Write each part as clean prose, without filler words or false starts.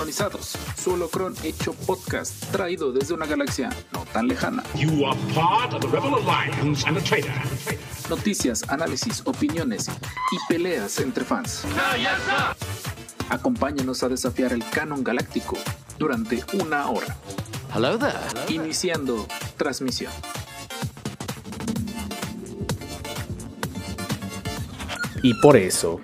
Descanonizados, su holocrón hecho podcast, traído desde una galaxia no tan lejana. You are part of the Rebel Alliance and a traitor. Noticias, análisis, opiniones y peleas entre fans. Acompáñanos a desafiar el canon galáctico durante una hora. Hello there. Iniciando transmisión. Y por eso,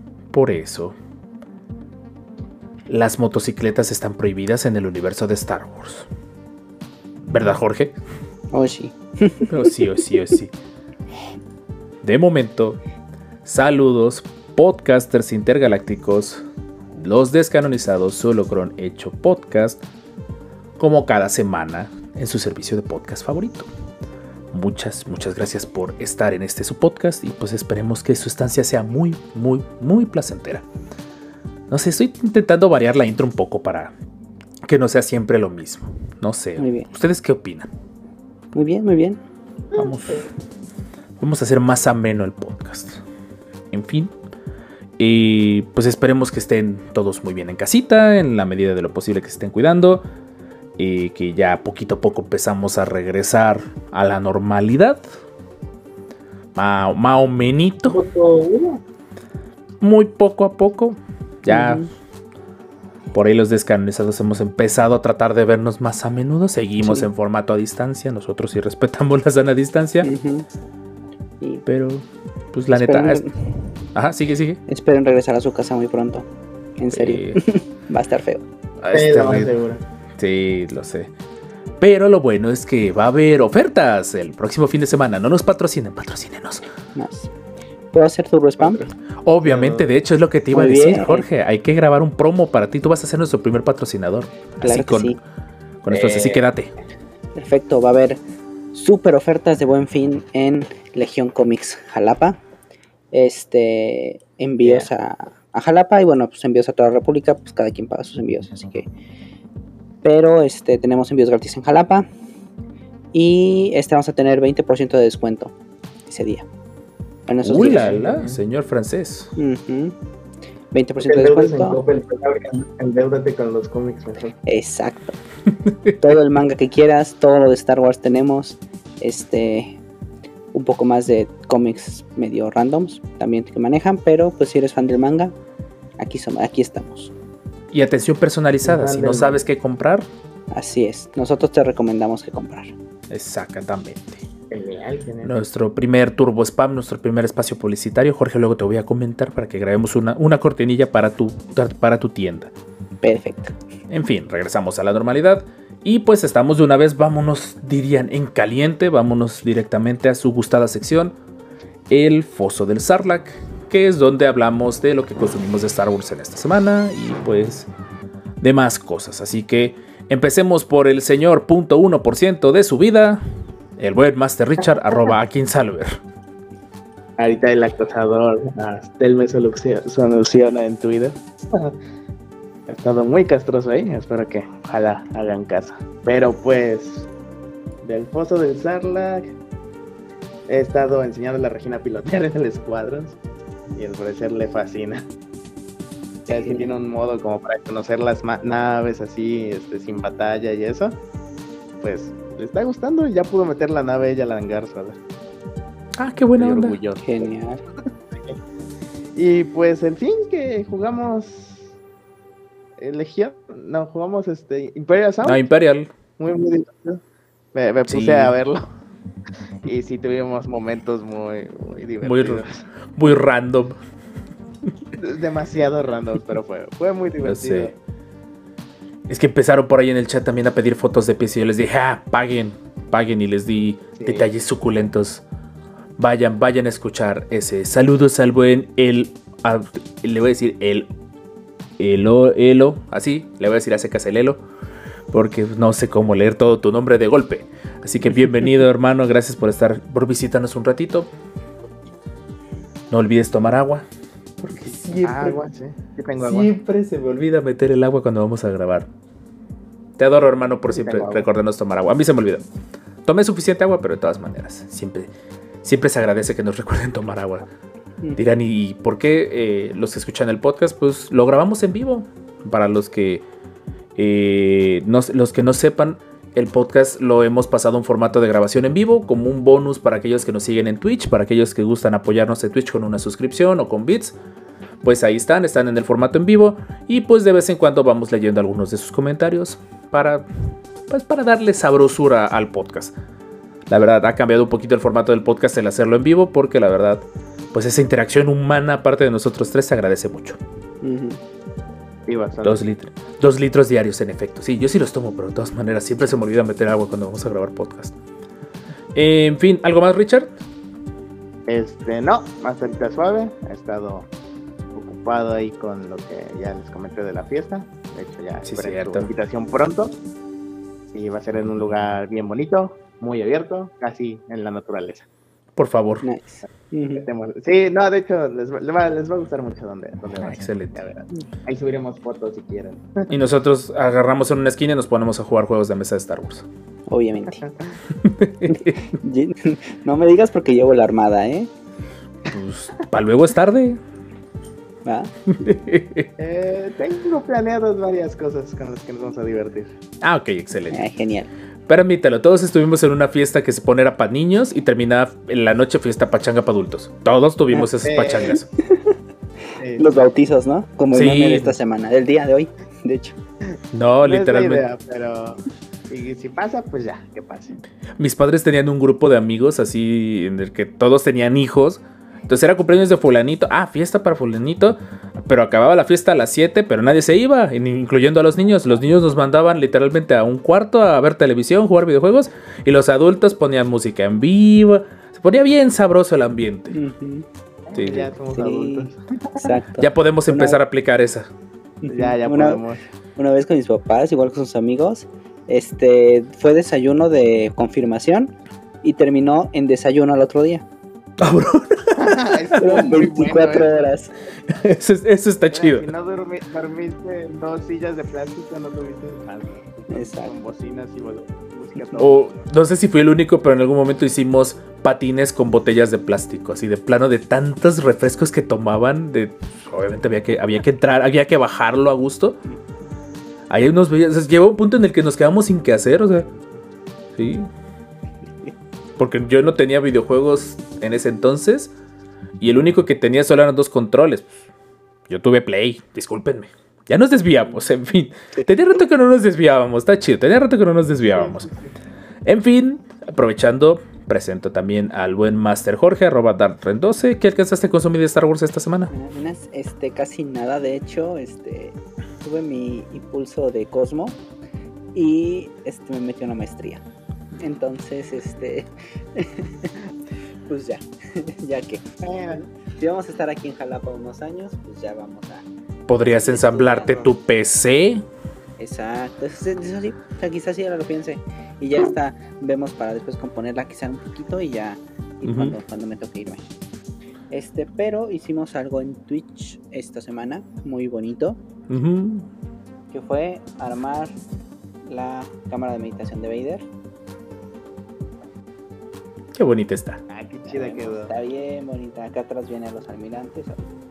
las motocicletas están prohibidas en el universo de Star Wars. ¿Verdad, Jorge? Oh, sí. Oh, sí. De momento, saludos, podcasters intergalácticos, los descanonizados, su holocrón hecho podcast, como cada semana en su servicio de podcast favorito. Muchas gracias por estar en su podcast y pues esperemos que su estancia sea muy placentera. No sé, estoy intentando variar la intro un poco para que no sea siempre lo mismo. No sé, Muy bien. ¿ustedes qué opinan? Muy bien. Vamos a hacer más ameno el podcast. En fin, y pues esperemos que estén todos muy bien en casita, en la medida de lo posible que se estén cuidando. Y que ya poquito a poco empezamos a regresar a la normalidad. Más o menito. Muy poco a poco. Ya por ahí los descanonizados hemos empezado a tratar de vernos más a menudo. Seguimos en formato a distancia. Nosotros sí respetamos la sana distancia. Pero pues la neta... Ajá, sigue. Esperen regresar a su casa muy pronto. En serio. Va a estar feo. Seguro. Sí, lo sé. Pero lo bueno es que va a haber ofertas el próximo fin de semana. No nos patrocinen, patrocínenos. Más. ¿Puedo hacer turbo spam? Obviamente, de hecho es lo que te iba a Muy decir, bien. Jorge. Hay que grabar un promo para ti. Tú vas a ser nuestro primer patrocinador. Claro que sí. Con esto, así quédate. Perfecto, va a haber super ofertas de Buen Fin en Legión Comics Jalapa. Envíos a Jalapa y bueno, pues envíos a toda la República, pues cada quien paga sus envíos, así que... Pero tenemos envíos gratis en Jalapa y vamos a tener 20% de descuento ese día. En esos Uy, días. la, señor francés. 20% de descuento. Endeúdate con los cómics mejor. Exacto. Todo el manga que quieras, todo lo de Star Wars tenemos. Un poco más de cómics medio randoms también que manejan, pero pues si eres fan del manga, aquí estamos. Y atención personalizada, si no sabes qué comprar. Así es, nosotros te recomendamos que comprar. Exactamente. Genial. Nuestro primer turbo spam, nuestro primer espacio publicitario. Jorge, luego te voy a comentar para que grabemos una cortinilla para tu tienda. Perfecto. En fin, regresamos a la normalidad. Y pues estamos de una vez, vámonos, dirían, en caliente. Vámonos directamente a su gustada sección, el Foso del Sarlacc, que es donde hablamos de lo que consumimos de Star Wars en esta semana y pues de más cosas. Así que empecemos por el señor 0.1% de su vida, el buen Master Richard, @AkinSalver. Ahorita el acosador Astel me soluciona en Twitter. Ha estado muy castroso ahí, espero que ojalá hagan caso. Pero pues, del Foso del Sarlacc he estado enseñando a la Regina a pilotear en el Squadrons y al parecer le fascina. Ya es que tiene un modo como para conocer las naves así, sin batalla y eso. Pues le está gustando y ya pudo meter la nave ella al hangar sola. Ah, qué buena onda. Orgulloso. Genial. Y pues en fin, que jugamos Legión, no, jugamos Imperial Sound. No, Imperial. Muy divertido. Me puse a verlo. Y sí tuvimos momentos muy divertidos. Muy random. Demasiado random, pero fue muy divertido. Sé. Es que empezaron por ahí en el chat también a pedir fotos de pies y yo les dije, paguen y les di detalles suculentos. Vayan a escuchar ese. Saludos al buen le voy a decir Elo, así, le voy a decir a secas el Elo, porque no sé cómo leer todo tu nombre de golpe. Así que bienvenido, hermano, gracias por visitarnos un ratito. No olvides tomar agua, porque siempre se me olvida meter el agua cuando vamos a grabar. Te adoro, hermano, por siempre recordarnos tomar agua. A mí se me olvidó. Tomé suficiente agua, pero de todas maneras, siempre se agradece que nos recuerden tomar agua. Dirán, ¿y por qué los que escuchan el podcast? Pues lo grabamos en vivo. Para los que Los que no sepan, el podcast lo hemos pasado en formato de grabación en vivo, como un bonus para aquellos que nos siguen en Twitch, para aquellos que gustan apoyarnos en Twitch con una suscripción o con bits. Pues ahí están en el formato en vivo. Y pues de vez en cuando vamos leyendo algunos de sus comentarios para darle sabrosura al podcast. La verdad, ha cambiado un poquito el formato del podcast el hacerlo en vivo, porque la verdad, pues esa interacción humana, aparte de nosotros tres, se agradece mucho. Sí, bastante. 2 litros diarios, en efecto. Sí, yo sí los tomo, pero de todas maneras siempre se me olvida meter agua cuando vamos a grabar podcast. En fin, ¿algo más, Richard? No, más ahorita suave. He estado ocupado ahí con lo que ya les comenté de la fiesta. De hecho, ya Sí, esperé cierto. tu invitación pronto. Y va a ser en un lugar bien bonito, muy abierto, casi en la naturaleza. Por favor. Nice. Ujú. Sí, no, de hecho, les va a gustar mucho donde va a ser. Excelente. Ya verán. Ahí subiremos fotos si quieren. Y nosotros agarramos en una esquina y nos ponemos a jugar juegos de mesa de Star Wars. Obviamente. No me digas porque llevo la armada, ¿eh? Pues, para luego es tarde. ¿Va? Tengo planeadas varias cosas con las que nos vamos a divertir. Ah, ok, excelente. Genial. Permítelo, todos estuvimos en una fiesta que se pone era para niños y terminaba en la noche fiesta pachanga para adultos. Todos tuvimos esas pachangas. Los bautizos, ¿no? Como el Sí. meme de esta semana, del día de hoy, de hecho. No, No es la literalmente. idea, pero si pasa, pues ya, que pase. Mis padres tenían un grupo de amigos así en el que todos tenían hijos. Entonces era cumpleaños de fulanito. Ah, fiesta para fulanito. Pero acababa la fiesta a las 7, pero nadie se iba, incluyendo a los niños. Los niños nos mandaban literalmente a un cuarto a ver televisión, jugar videojuegos. Y los adultos ponían música en vivo. Se ponía bien sabroso el ambiente. Sí, Ya somos Sí, adultos. exacto. ya podemos empezar a aplicar esa. Ya Una- podemos. Una vez con mis papás, igual con sus amigos, fue desayuno de confirmación y terminó en desayuno al otro día. Estuvo Fueron muy 24 bueno, horas. Eso está chido. Si no dormiste en 2 sillas de plástico, no tuviste algo. Exacto. Con bocinas y música. O no sé si fui el único, pero en algún momento hicimos patines con botellas de plástico, así de plano, de tantos refrescos que tomaban. Obviamente había que entrar, había que bajarlo a gusto. Ahí unos llegó un punto en el que nos quedamos sin qué hacer, o sea, sí. Porque yo no tenía videojuegos en ese entonces y el único que tenía solo eran 2 controles. Yo tuve Play, discúlpenme. Ya nos desviamos, en fin. Tenía rato que no nos desviábamos, está chido. Tenía rato que no nos desviábamos. En fin, aprovechando, presento también al buen Master Jorge, @dartren12. ¿Qué alcanzaste a consumir de Star Wars esta semana? Casi nada, de hecho, tuve mi impulso de Cosmo y me metí a una maestría. Entonces, pues ya, ya que si vamos a estar aquí en Jalapa unos años, pues ya vamos a... ¿Podrías ensamblarte tu PC? Exacto, eso sí, o sea, quizás sí ahora lo piense y ya está, vemos para después componerla quizá un poquito y ya, y Ujú. cuando me toque irme. Pero hicimos algo en Twitch esta semana, muy bonito, Ujú. que fue armar la cámara de meditación de Vader. Qué bonita está. Ah, qué chida quedó. Está bien bonita, acá atrás vienen los almirantes.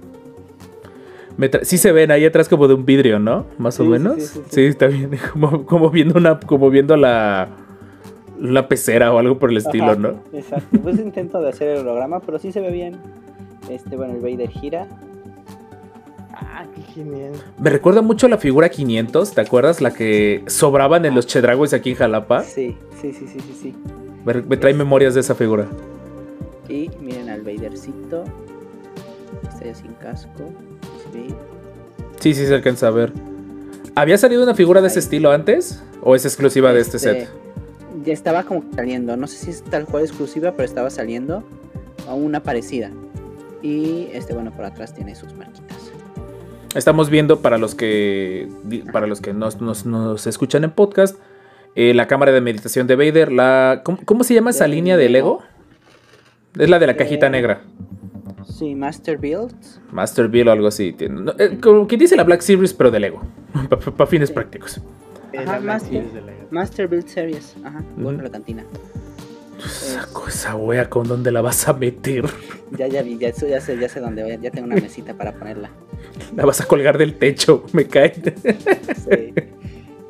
Sí se ven ahí atrás como de un vidrio, ¿no? Más o Sí, menos. sí. Sí, está bien. Como viendo la pecera o algo por el estilo, Ajá, ¿no? Exacto, pues intento de hacer el holograma, pero sí se ve bien. Bueno, el Vader gira. Ah, qué genial. Me recuerda mucho a la figura 500, ¿te acuerdas? La que sobraban en los Chedragoys aquí en Jalapa. Sí. Me trae memorias de esa figura. Y miren al Vadercito. Está ya sin casco. Sí, se alcanza a ver. ¿Había salido una figura de ese estilo antes? ¿O es exclusiva de este set? Ya estaba como saliendo. No sé si es tal cual exclusiva, pero estaba saliendo a una parecida. Y bueno, por atrás tiene sus marquitas. Estamos viendo para los que nos escuchan en podcast, la cámara de meditación de Vader. ¿Cómo se llama esa línea de Lego? Es la de la cajita negra. Sí, Master Builds. Master Build o algo así. Como que dice la Black Series, pero de Lego. Para fines prácticos. Ajá, Master Build Series. Ajá, bueno, Ujú. la cantina. Saco esa wea, ¿con dónde la vas a meter? Ya vi, ya sé dónde voy. Ya tengo una mesita para ponerla. La vas a colgar del techo, me cae. Sí.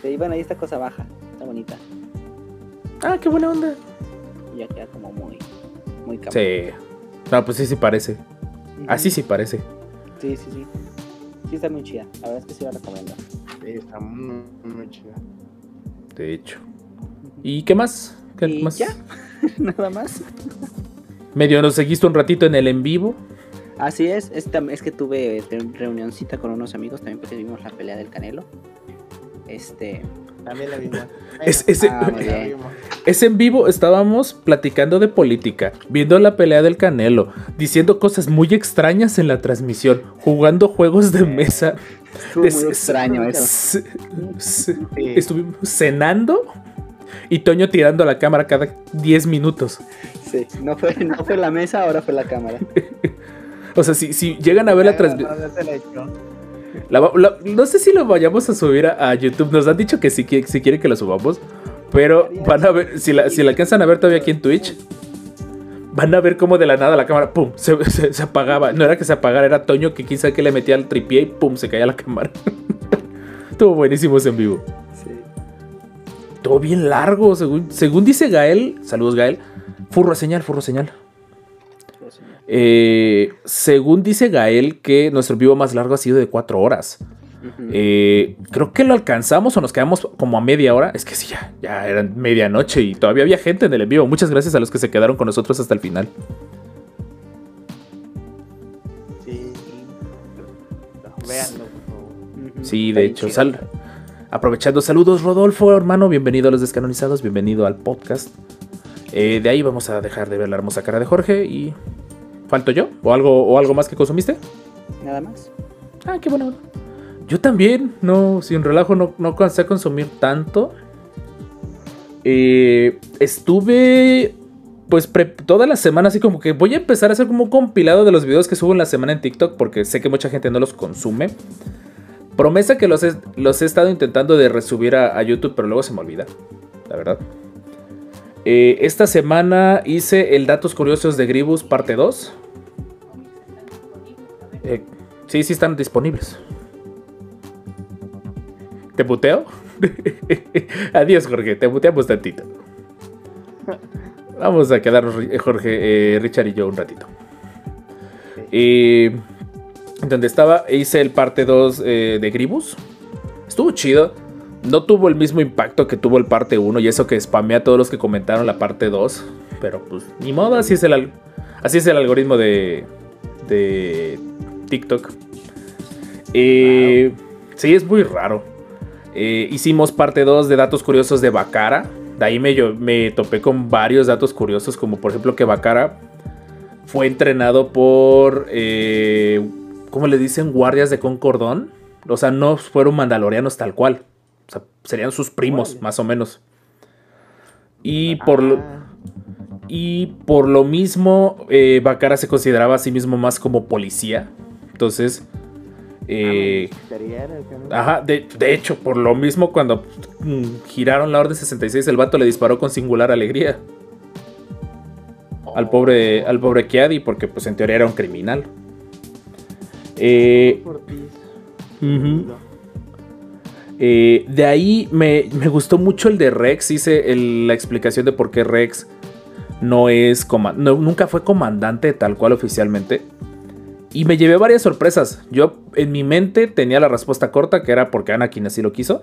Y bueno, ahí esta cosa baja, está bonita. Ah, qué buena onda. Y ya queda como muy cabrón. Sí. No, pues sí parece. Así sí parece. Sí. Sí está muy chida. La verdad es que sí la recomiendo. Sí, está muy, muy chido. De hecho. ¿Y qué más? ¿Qué ¿Y más? ya? Nada más. Medio nos seguiste un ratito en el en vivo. Así es que tuve reunioncita con unos amigos también porque vimos la pelea del Canelo. También la vimos. Muy bien. Ese en vivo estábamos platicando de política, viendo la pelea del Canelo, diciendo cosas muy extrañas en la transmisión, jugando juegos de mesa. Estuvo muy extraño eso. Estuvimos cenando y Toño tirando la cámara cada 10 minutos. Sí, no fue la mesa, ahora fue la cámara. O sea, si llegan a ver la transmisión... No sé si lo vayamos a subir a YouTube. Nos han dicho que si quieren que lo subamos. Pero van a ver, si la alcanzan a ver todavía aquí en Twitch, van a ver cómo de la nada la cámara, pum, se apagaba. No era que se apagara, era Toño que quizá que le metía al tripié y pum, se caía la cámara. Estuvo buenísimo ese en vivo. Sí. Estuvo bien largo, según dice Gael. Saludos, Gael. Furro señal. Según dice Gael, que nuestro en vivo más largo ha sido de 4 horas. Creo que lo alcanzamos o nos quedamos como a media hora. Es que sí, ya eran medianoche y todavía había gente en el en vivo. Muchas gracias a los que se quedaron con nosotros hasta el final. Sí. Véanlo, por favor. Sí, de hecho, aprovechando, saludos Rodolfo, hermano, bienvenido a Los Descanonizados, bienvenido al podcast. De ahí vamos a dejar de ver la hermosa cara de Jorge y... ¿Falto yo? ¿O algo más que consumiste? Nada más. Ah, qué bueno. Yo también, no, sin relajo, no alcancé a consumir tanto. Estuve, pues, toda la semana así como que voy a empezar a hacer como un compilado de los videos que subo en la semana en TikTok porque sé que mucha gente no los consume. Promesa que los he estado intentando de resubir a YouTube, pero luego se me olvida, la verdad. Esta semana hice el Datos Curiosos de Gribus parte 2. Sí, están disponibles. ¿Te puteo? Adiós, Jorge, te puteamos tantito. Vamos a quedarnos, Jorge, Richard y yo un ratito. Donde estaba, hice el parte 2 de Gribus. Estuvo chido. No tuvo el mismo impacto que tuvo el parte 1 y eso que spameé a todos los que comentaron la parte 2. Pero pues ni modo, así es el algoritmo de TikTok. Sí, es muy raro. Hicimos parte 2 de Datos Curiosos de Bakara. De ahí me topé con varios datos curiosos, como por ejemplo que Bakara fue entrenado por, ¿cómo le dicen? Guardias de Concordón. O sea, no fueron mandalorianos tal cual. O sea, serían sus primos, más o menos. Y por lo mismo, Bakara se consideraba a sí mismo más como policía. Entonces, ajá, de hecho, por lo mismo, cuando giraron la Orden 66, el vato le disparó con singular alegría al pobre Kiadi, porque pues en teoría era un criminal. De ahí me gustó mucho el de Rex. Hice la explicación de por qué Rex nunca fue comandante tal cual oficialmente. Y me llevé varias sorpresas. Yo en mi mente tenía la respuesta corta, que era porque Anakin así lo quiso.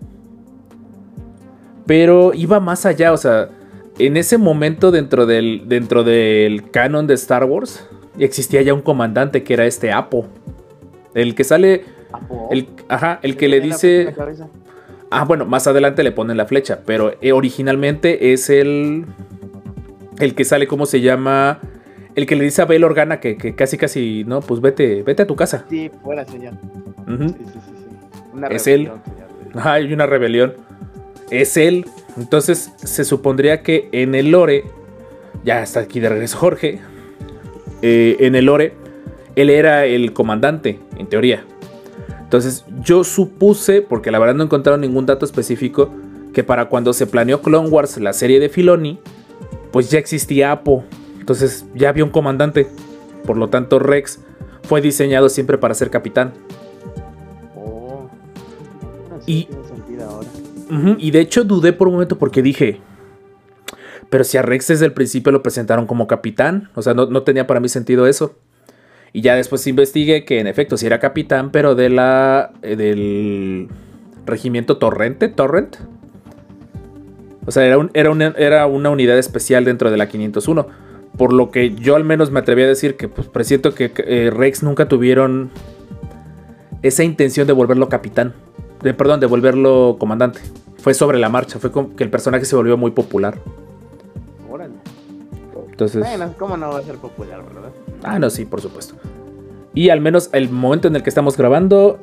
Pero iba más allá, o sea, en ese momento dentro del canon de Star Wars existía ya un comandante que era Apo. El que sale... el que le dice... bueno, más adelante le ponen la flecha, pero originalmente es el que sale, ¿cómo se llama? El que le dice a Bail Organa que casi, no, pues vete a tu casa. Sí, fuera, señor. Sí. Es él. Hay una rebelión. Es él. Entonces se supondría que en el lore, ya está aquí de regreso Jorge, en el lore, él era el comandante, en teoría. Entonces yo supuse, porque la verdad no encontraron ningún dato específico, que para cuando se planeó Clone Wars, la serie de Filoni, pues ya existía Apo. Entonces ya había un comandante. Por lo tanto Rex fue diseñado siempre para ser capitán. Sí, tiene sentido ahora. Y de hecho dudé por un momento porque dije, pero si a Rex desde el principio lo presentaron como capitán, o sea, no tenía para mí sentido eso. Y ya después investigué que en efecto sí era capitán, pero del regimiento Torrent. O sea, era una unidad especial dentro de la 501. Por lo que yo al menos me atreví a decir que pues presiento que Rex nunca tuvieron esa intención de volverlo capitán. De volverlo comandante. Fue sobre la marcha, fue como que el personaje se volvió muy popular. Órale. Entonces, bueno, ¿cómo no va a ser popular, verdad? No, sí, por supuesto. Y al menos el momento en el que estamos grabando,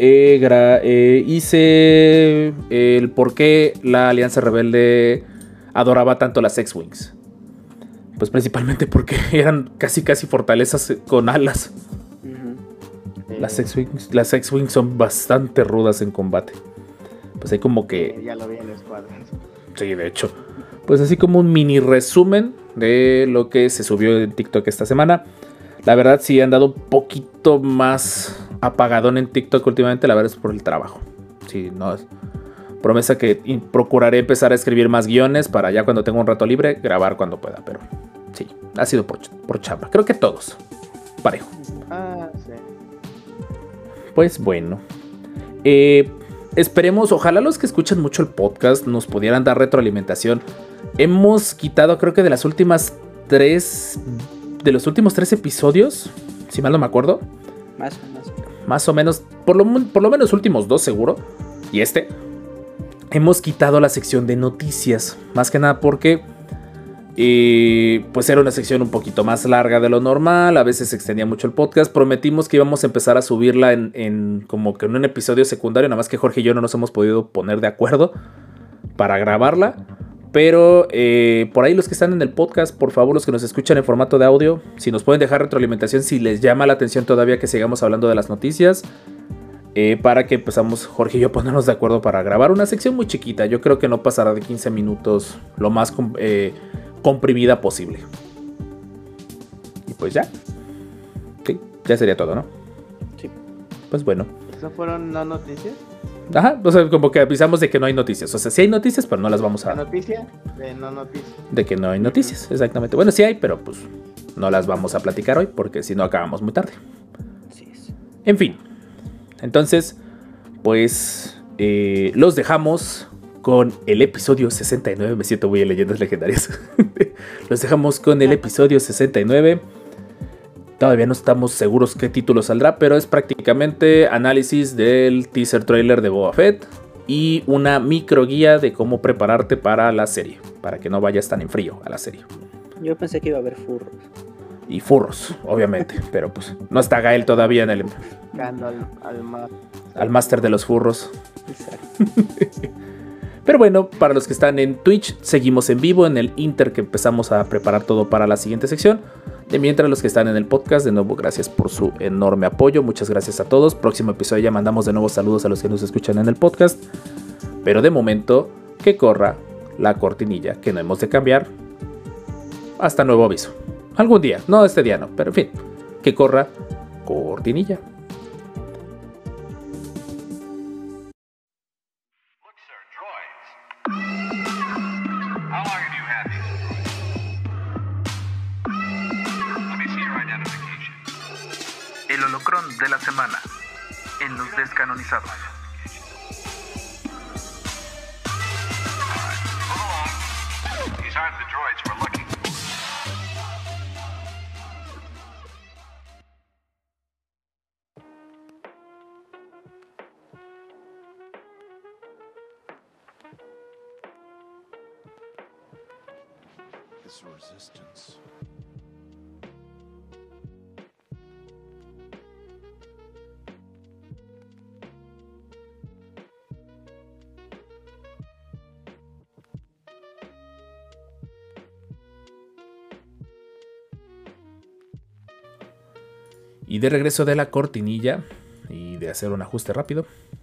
hice el por qué la Alianza Rebelde adoraba tanto las X-Wings. Pues principalmente porque eran casi fortalezas con alas. Las X-Wings son bastante rudas en combate. Pues hay como que... Ya lo vi en Squadrons. Sí, de hecho. Pues así como un mini resumen de lo que se subió en TikTok esta semana. La verdad sí he andado un poquito más apagadón en TikTok últimamente. La verdad es por el trabajo. Sí, no es... Promesa que procuraré empezar a escribir más guiones para ya cuando tenga un rato libre grabar cuando pueda. Pero sí, ha sido por chamba. Creo que todos. Parejo. Sí. Pues bueno. Esperemos, ojalá los que escuchan mucho el podcast nos pudieran dar retroalimentación. Hemos quitado, creo que de los últimos 3 episodios, si mal no me acuerdo. Más o menos, por lo menos últimos 2 seguro. Y hemos quitado la sección de noticias. Más que nada porque pues era una sección un poquito más larga de lo normal. A veces se extendía mucho el podcast. Prometimos que íbamos a empezar a subirla en como que en un episodio secundario. Nada más que Jorge y yo no nos hemos podido poner de acuerdo para grabarla. Pero por ahí los que están en el podcast, por favor, los que nos escuchan en formato de audio, si nos pueden dejar retroalimentación, si les llama la atención todavía que sigamos hablando de las noticias, para que empezamos Jorge y yo a ponernos de acuerdo para grabar una sección muy chiquita. Yo creo que no pasará de 15 minutos, lo más comprimida posible. Y pues ya. Sí, ya sería todo, ¿no? Sí. Pues bueno. ¿Eso fueron no noticias? Ajá, o sea, como que avisamos de que no hay noticias. O sea, sí hay noticias, pero no las vamos a... ¿La noticia? De no noticias. De que no hay noticias, exactamente. Bueno, sí hay, pero pues no las vamos a platicar hoy porque si no acabamos muy tarde. Así es. En fin. Entonces, pues los dejamos con el episodio 69. Me siento muy en Leyendas Legendarias. Los dejamos con el episodio 69. Todavía no estamos seguros qué título saldrá, pero es prácticamente análisis del teaser trailer de Boba Fett y una micro guía de cómo prepararte para la serie, para que no vayas tan en frío a la serie. Yo pensé que iba a haber furros. Y furros, obviamente, pero pues no está Gael todavía en el... al máster de los furros. Exacto. Pero bueno, para los que están en Twitch, seguimos en vivo en el Inter que empezamos a preparar todo para la siguiente sección. De mientras los que están en el podcast, de nuevo gracias por su enorme apoyo. Muchas gracias a todos. Próximo episodio ya mandamos de nuevo saludos a los que nos escuchan en el podcast. Pero de momento, que corra la cortinilla que no hemos de cambiar. Hasta nuevo aviso. Algún día, no este día no, pero en fin, que corra cortinilla. El holocrón de la semana en los descanonizados. This resistance. Y de regreso de la cortinilla y de hacer un ajuste rápido.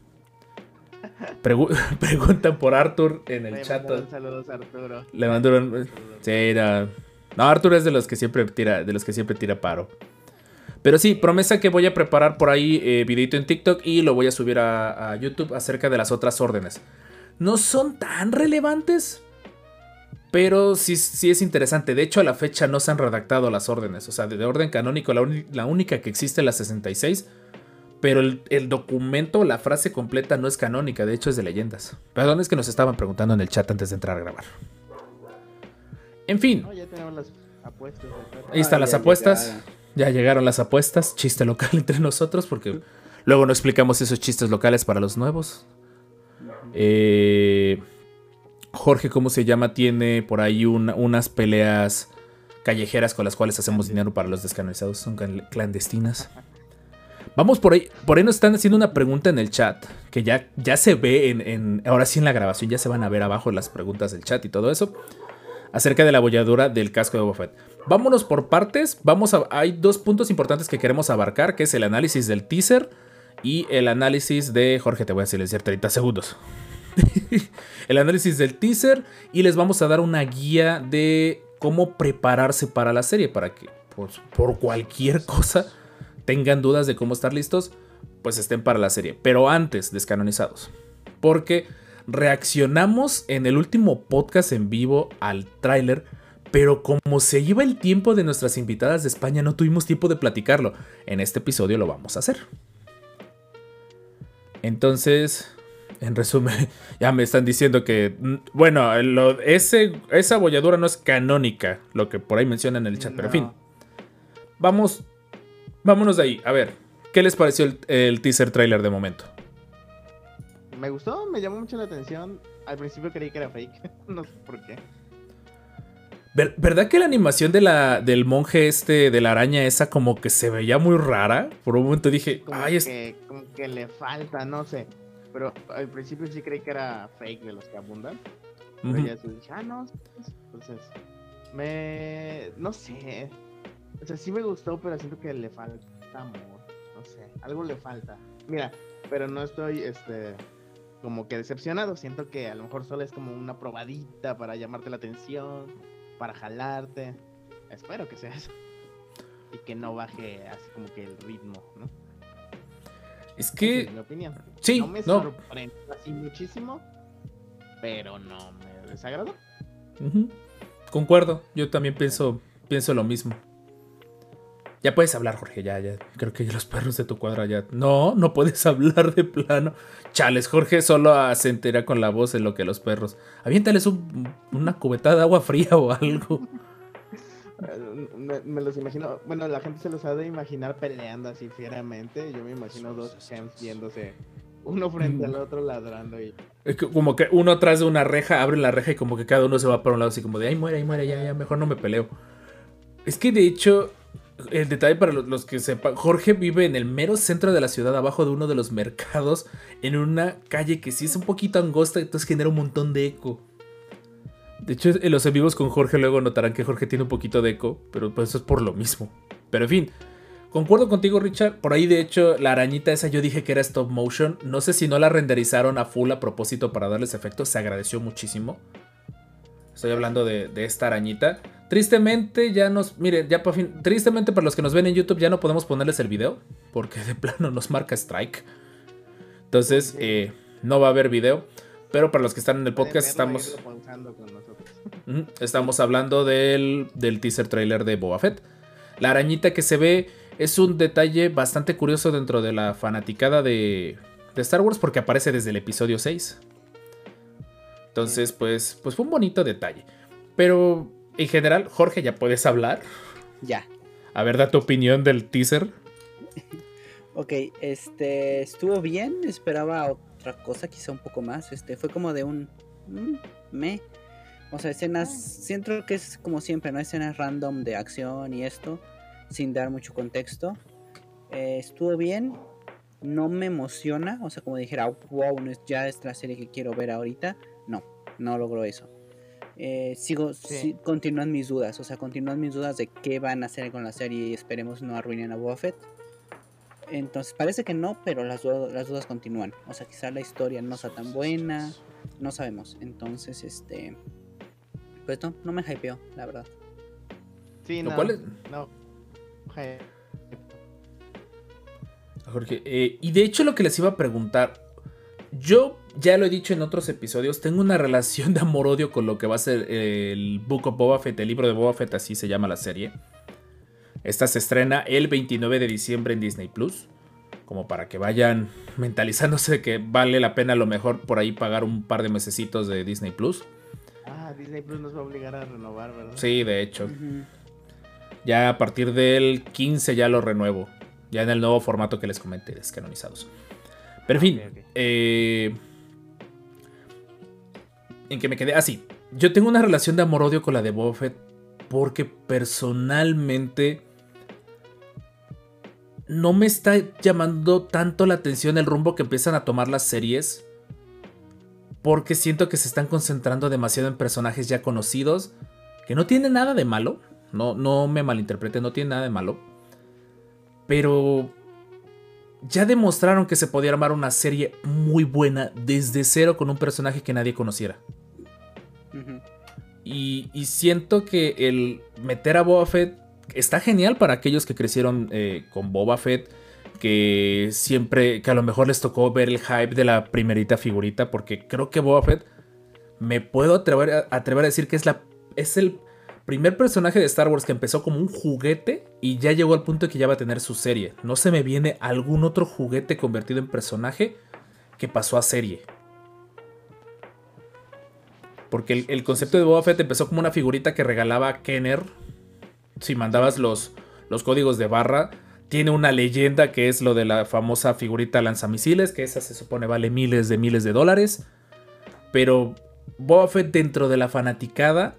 Preguntan por Arthur en el chat. Saludos a Arturo. Le mandaron. Sí, no, Arthur es de los que siempre tira paro. Pero sí, promesa que voy a preparar por ahí videito en TikTok y lo voy a subir a YouTube acerca de las otras órdenes. no son tan relevantes, pero sí es interesante. De hecho, a la fecha no se han redactado las órdenes. O sea, de orden canónico, la única que existe es la 66. Pero el documento, la frase completa no es canónica. De hecho, es de leyendas. Perdón, es que nos estaban preguntando en el chat antes de entrar a grabar. En fin. No, ya tenemos las apuestas. Ahí están las apuestas. Ya llegaron las apuestas. Chiste local entre nosotros, porque luego no explicamos esos chistes locales para los nuevos. Jorge, ¿cómo se llama? Tiene por ahí unas peleas callejeras con las cuales hacemos dinero para los descanonizados. Son clandestinas. Vamos por ahí. Por ahí nos están haciendo una pregunta en el chat. Que ya se ve ahora sí en la grabación. Ya se van a ver abajo las preguntas del chat y todo eso. Acerca de la bolladura del casco de Boba Fett. Vámonos por partes. Hay dos puntos importantes que queremos abarcar. Que es el análisis del teaser. Y el análisis de... Jorge, te voy a silenciar 30 segundos. El análisis del teaser. Y les vamos a dar una guía de cómo prepararse para la serie. Para que pues, por cualquier cosa tengan dudas de cómo estar listos, pues estén para la serie. Pero antes, descanonizados. Porque reaccionamos en el último podcast en vivo al tráiler. Pero como se iba el tiempo de nuestras invitadas de España, no tuvimos tiempo de platicarlo. En este episodio lo vamos a hacer. Entonces, en resumen, ya me están diciendo que, bueno, esa bolladura no es canónica, lo que por ahí mencionan en el chat, no. Pero en fin. Vámonos de ahí. A ver, ¿qué les pareció el teaser trailer de momento? Me gustó, me llamó mucho la atención. Al principio creí que era fake, no sé por qué. ¿Verdad que la animación del monje de la araña esa como que se veía muy rara? Por un momento dije, como que le falta, no sé. Pero al principio sí creí que era fake de los que abundan. Pero ya se dije, no. Entonces, no sé. O sea, sí me gustó, pero siento que le falta amor. No sé, algo le falta. Mira, pero no estoy, como que decepcionado. Siento que a lo mejor solo es como una probadita para llamarte la atención, para jalarte. Espero que sea eso. Y que no baje así como que el ritmo, ¿no? Es que... Esa es mi opinión. Sí, no me sorprendió así muchísimo, pero no me desagradó. Concuerdo, yo también pienso lo mismo. Ya puedes hablar, Jorge, ya. Creo que los perros de tu cuadra ya... No puedes hablar de plano. Chales, Jorge solo se entera con la voz en lo que los perros... Aviéntales una cubetada de agua fría o algo. Me los imagino... Bueno, la gente se los ha de imaginar peleando así fieramente. Yo me imagino dos gems viéndose uno frente al otro ladrando y... Como que uno atrás de una reja, abre la reja y como que cada uno se va para un lado así como de... Ay, muere, ya, mejor no me peleo. Es que de hecho... El detalle para los que sepan, Jorge vive en el mero centro de la ciudad, abajo de uno de los mercados, en una calle que sí es un poquito angosta, entonces genera un montón de eco. De hecho, en los en vivos con Jorge luego notarán que Jorge tiene un poquito de eco, pero pues eso es por lo mismo. Pero en fin, concuerdo contigo, Richard. Por ahí, de hecho, la arañita esa yo dije que era stop motion. No sé si no la renderizaron a full a propósito para darles efecto. Se agradeció muchísimo. Estoy hablando de esta arañita. Tristemente tristemente para los que nos ven en YouTube ya no podemos ponerles el video, porque de plano nos marca strike. Entonces, no va a haber video. Pero para los que están en el podcast estamos hablando del teaser trailer de Boba Fett. La arañita que se ve es un detalle bastante curioso dentro de la fanaticada de Star Wars, porque aparece desde el episodio 6. Entonces, pues fue un bonito detalle. Pero en general, Jorge, ¿ya puedes hablar? Ya. A ver, da tu opinión del teaser. Ok, estuvo bien. Esperaba otra cosa, quizá un poco más. Fue como de un... O sea, escenas... Siento que es como siempre, ¿no? Escenas random de acción y esto, sin dar mucho contexto. Estuvo bien. No me emociona. O sea, como dijera, wow, ya es la serie que quiero ver ahorita. No logró eso. Continúan mis dudas. O sea, continúan mis dudas de qué van a hacer con la serie y esperemos no arruinen a Boba Fett. Entonces parece que no, pero las dudas continúan. O sea, quizá la historia no sea tan buena. No sabemos. Entonces, pues no me hypeó, la verdad. Sí, no. Jorge, y de hecho lo que les iba a preguntar, Yo ya lo he dicho en otros episodios, tengo una relación de amor-odio con lo que va a ser el Book of Boba Fett, el libro de Boba Fett, así se llama la serie. Esta se estrena el 29 de diciembre en Disney Plus, como para que vayan mentalizándose de que vale la pena a lo mejor por ahí pagar un par de mesecitos de Disney Plus. Disney Plus nos va a obligar a renovar, ¿verdad? Sí, de hecho. Ya a partir del 15 ya lo renuevo, ya en el nuevo formato que les comenté, descanonizados. Pero en fin, ¿en qué me quedé? Sí, yo tengo una relación de amor-odio con la de Boba Fett porque personalmente no me está llamando tanto la atención el rumbo que empiezan a tomar las series, porque siento que se están concentrando demasiado en personajes ya conocidos, que no tienen nada de malo, no me malinterpreten, no tienen nada de malo, pero ya demostraron que se podía armar una serie muy buena desde cero con un personaje que nadie conociera. Y siento que el meter a Boba Fett está genial para aquellos que crecieron con Boba Fett, que a lo mejor les tocó ver el hype de la primerita figurita, porque creo que Boba Fett me puedo atrever a decir que es el primer personaje de Star Wars que empezó como un juguete y ya llegó al punto de que ya va a tener su serie. No se me viene algún otro juguete convertido en personaje que pasó a serie. Porque el concepto de Boba Fett empezó como una figurita que regalaba Kenner. Si mandabas los códigos de barra. Tiene una leyenda que es lo de la famosa figurita lanzamisiles, que esa se supone vale miles de dólares. Pero Boba Fett dentro de la fanaticada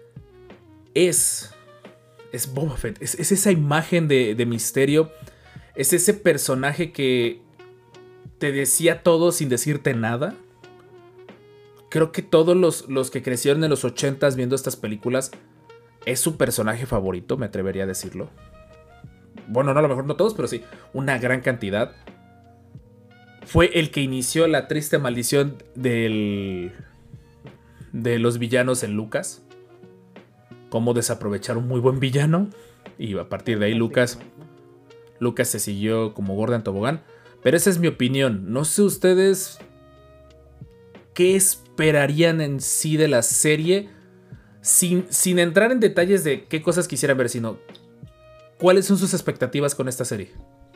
es Boba Fett. Es esa imagen de misterio. Es ese personaje que te decía todo sin decirte nada. Creo que todos los que crecieron en los 80s viendo estas películas es su personaje favorito, me atrevería a decirlo. Bueno, no, a lo mejor no todos, pero sí, una gran cantidad. Fue el que inició la triste maldición de los villanos en Lucas. Cómo desaprovechar un muy buen villano. Y a partir de ahí Lucas se siguió como gorda en tobogán. Pero esa es mi opinión. No sé ustedes qué esperarían en sí de la serie. Sin entrar en detalles de qué cosas quisieran ver, sino ¿cuáles son sus expectativas con esta serie?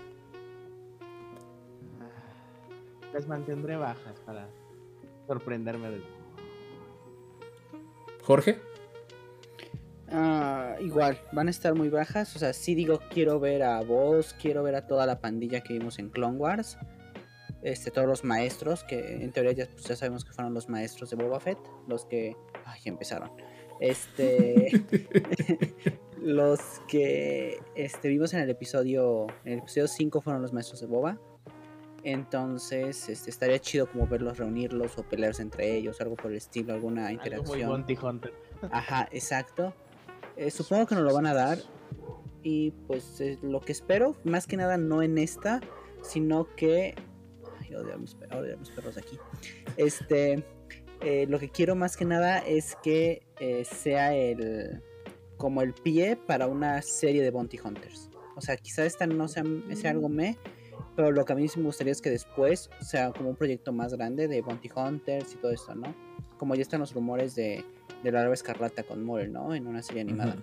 Las mantendré bajas para sorprenderme. ¿Jorge? Igual, van a estar muy bajas. O sea, sí digo, quiero ver a Vos, quiero ver a toda la pandilla que vimos en Clone Wars. Todos los maestros, que en teoría ya sabemos que fueron los maestros de Boba Fett. Los que... ya empezaron. Los que vimos en el episodio 5 fueron los maestros de Boba. Entonces estaría chido como verlos reunirlos o pelearse entre ellos, algo por el estilo, alguna interacción. Algo muy Bounty Hunter. Ajá, exacto. Supongo que nos lo van a dar. Y pues lo que espero, más que nada no en esta, sino que... odio a mis perros aquí. Lo que quiero más que nada es que sea como el pie para una serie de Bounty Hunters. O sea, quizá esta no sea algo pero lo que a mí sí me gustaría es que después sea como un proyecto más grande de Bounty Hunters y todo esto, ¿no? Como ya están los rumores de la Larva Escarlata con Maul, ¿no? En una serie animada.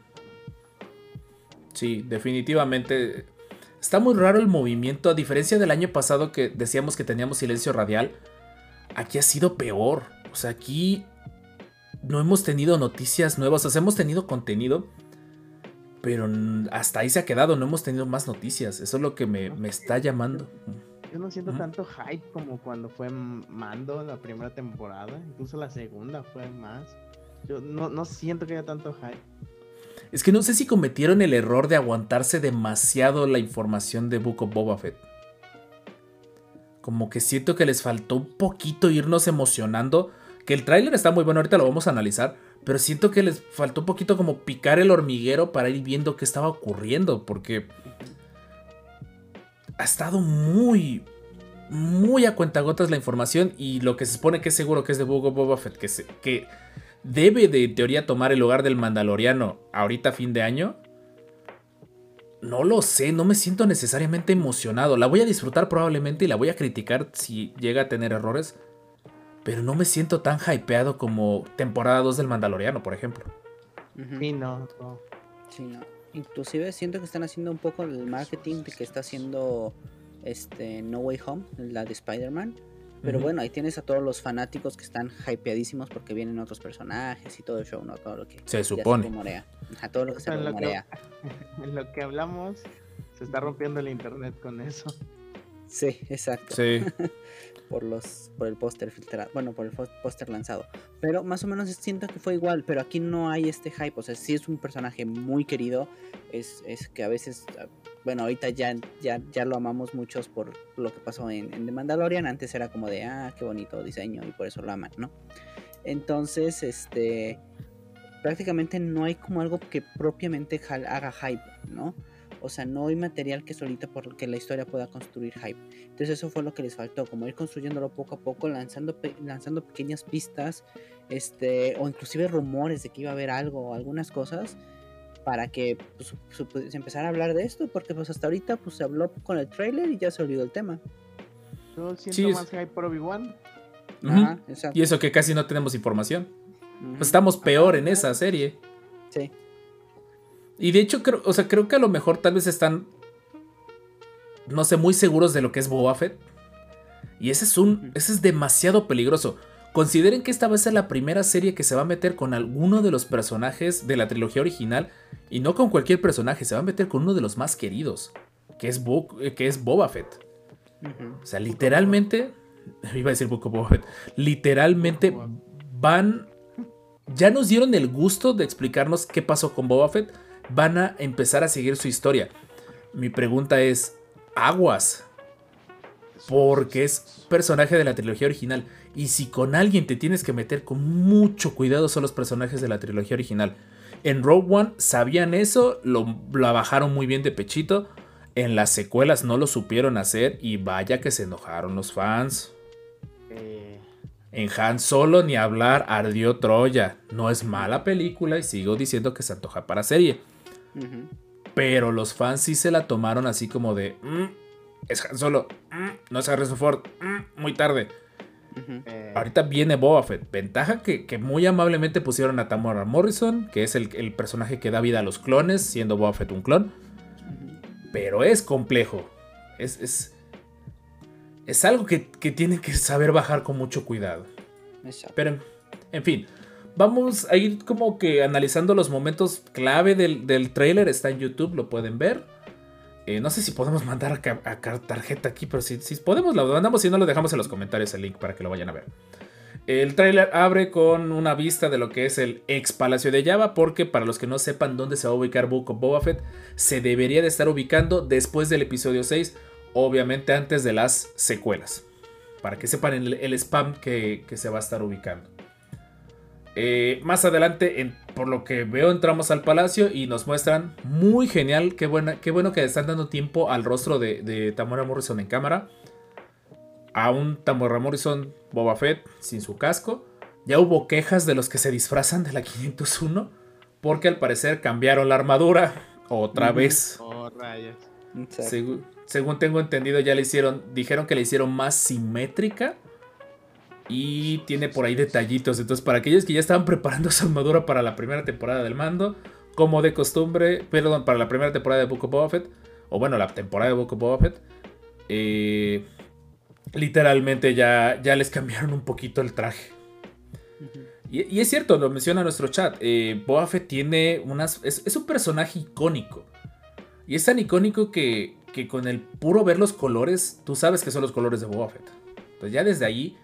Sí, definitivamente. Está muy raro el movimiento, a diferencia del año pasado que decíamos que teníamos silencio radial. Aquí ha sido peor. O sea, aquí no hemos tenido noticias nuevas. O sea, hemos tenido contenido, pero hasta ahí se ha quedado. No hemos tenido más noticias. Eso es lo que me está llamando. Yo no siento tanto hype como cuando fue Mando la primera temporada. Incluso la segunda fue más. Yo no siento que haya tanto hype. Es que no sé si cometieron el error de aguantarse demasiado la información de Book of Boba Fett. Como que siento que les faltó un poquito irnos emocionando. Que el tráiler está muy bueno, ahorita lo vamos a analizar. Pero siento que les faltó un poquito como picar el hormiguero para ir viendo qué estaba ocurriendo. Porque ha estado muy a cuentagotas la información. Y lo que se supone que es seguro que es de Book of Boba Fett, que debe de en teoría tomar el lugar del Mandaloriano ahorita fin de año, no lo sé, no me siento necesariamente emocionado. La voy a disfrutar probablemente y la voy a criticar si llega a tener errores. Pero no me siento tan hypeado como temporada 2 del Mandaloriano, por ejemplo. Sí, no. Sí, no. Inclusive siento que están haciendo un poco el marketing de que está haciendo No Way Home, la de Spider-Man. Pero bueno, ahí tienes a todos los fanáticos que están hypeadísimos porque vienen otros personajes y todo el show, ¿no? Todo lo que se supone. Se rumorea. Ajá, todo lo que se rumorea. En lo que hablamos, se está rompiendo el internet con eso. Sí, exacto. Sí. por el póster filtrado, bueno, por el póster lanzado. Pero más o menos siento que fue igual, pero aquí no hay este hype. O sea, sí es un personaje muy querido. Es que a veces, bueno, ahorita ya lo amamos muchos por lo que pasó en The Mandalorian. Antes era como de, qué bonito diseño y por eso lo aman, ¿no? Entonces, prácticamente no hay como algo que propiamente haga hype, ¿no? O sea, no hay material que solita por que la historia pueda construir hype. Entonces eso fue lo que les faltó, como ir construyéndolo poco a poco, lanzando pequeñas pistas, o inclusive rumores de que iba a haber algo o algunas cosas, para que pues, se empezara a hablar de esto, porque pues hasta ahorita pues se habló con el trailer y ya se olvidó el tema. Yo siento más hype por Obi-Wan. Ajá, exacto. Y eso que casi no tenemos información. Pues estamos peor en esa serie. Sí. Y de hecho, creo que a lo mejor tal vez están, no sé, muy seguros de lo que es Boba Fett. Y ese es demasiado peligroso. Consideren que esta va a ser la primera serie que se va a meter con alguno de los personajes de la trilogía original. Y no con cualquier personaje, se va a meter con uno de los más queridos, que es Boba Fett. O sea, literalmente, iba a decir Boba Fett, literalmente ya nos dieron el gusto de explicarnos qué pasó con Boba Fett. Van a empezar a seguir su historia. Mi pregunta es, aguas, porque es personaje de la trilogía original. Y si con alguien te tienes que meter con mucho cuidado son los personajes de la trilogía original. En Rogue One sabían eso, la bajaron muy bien de pechito. En las secuelas no lo supieron hacer y vaya que se enojaron los fans. En Han Solo ni hablar, ardió Troya. No es mala película y sigo diciendo que se antoja para serie. Pero los fans sí se la tomaron así como de es Han Solo, no es Harrison Ford, muy tarde. Ahorita viene Boba Fett. Ventaja que muy amablemente pusieron a Tamora Morrison, que es el personaje que da vida a los clones, siendo Boba Fett un clon. Pero es complejo. Es algo que tienen que saber bajar con mucho cuidado. Exacto. Pero, en fin, vamos a ir como que analizando los momentos clave del trailer. Está en YouTube, lo pueden ver. No sé si podemos mandar a tarjeta aquí, pero si podemos lo mandamos, si no lo dejamos en los comentarios el link para que lo vayan a ver. El trailer abre con una vista de lo que es el ex Palacio de Jabba, porque para los que no sepan dónde se va a ubicar Boba Fett, se debería de estar ubicando después del episodio 6, obviamente antes de las secuelas, para que sepan el spam que se va a estar ubicando. Más adelante, por lo que veo, entramos al palacio y nos muestran muy genial, qué bueno que están dando tiempo al rostro de Tamora Morrison en cámara. A un Tamora Morrison Boba Fett sin su casco. Ya hubo quejas de los que se disfrazan de la 501, porque al parecer cambiaron la armadura otra vez. Oh, rayos. Según tengo entendido, dijeron que la hicieron más simétrica. Y tiene por ahí detallitos. Entonces, para aquellos que ya estaban preparando su armadura para la primera temporada del Mando, como de costumbre, para la primera temporada de Book of Boba Fett, o bueno, la temporada de Book of Boba Fett, literalmente ya les cambiaron un poquito el traje. Y es cierto, lo menciona nuestro chat. Boba Fett tiene es un personaje icónico. Y es tan icónico que con el puro ver los colores, tú sabes que son los colores de Boba Fett. Entonces, ya desde ahí.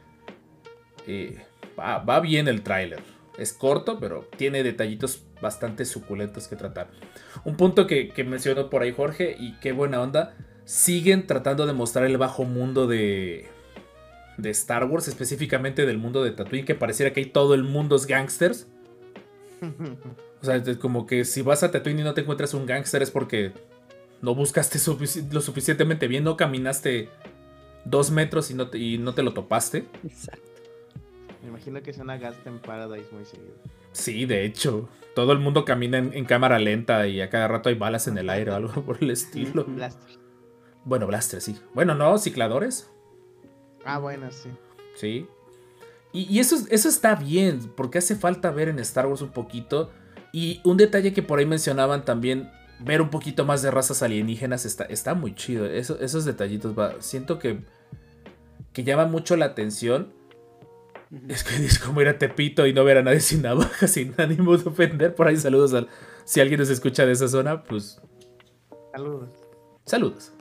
Va bien el tráiler. Es corto, pero tiene detallitos bastante suculentos que tratar. Un punto que mencionó por ahí Jorge, y qué buena onda. Siguen tratando de mostrar el bajo mundo de Star Wars, específicamente del mundo de Tatooine, que pareciera que ahí todo el mundo es gangsters. O sea, es como que si vas a Tatooine y no te encuentras un gángster es porque no buscaste lo suficientemente bien, no caminaste 2 metros y no te lo topaste. Exacto. Me imagino que es una Gangsta en Paradise muy seguido. Sí, de hecho. Todo el mundo camina en cámara lenta y a cada rato hay balas en el aire o algo por el estilo. Blaster. Bueno, blasters, sí. Bueno, no, cicladores. Ah, bueno, sí. Sí. Y eso está bien, porque hace falta ver en Star Wars un poquito. Y un detalle que por ahí mencionaban también, ver un poquito más de razas alienígenas está muy chido. Esos detallitos, siento que llaman mucho la atención. Es que es como ir a Tepito y no ver a nadie sin navaja, sin ánimo de ofender. Por ahí saludos si alguien nos escucha de esa zona, pues... Saludos. Saludos.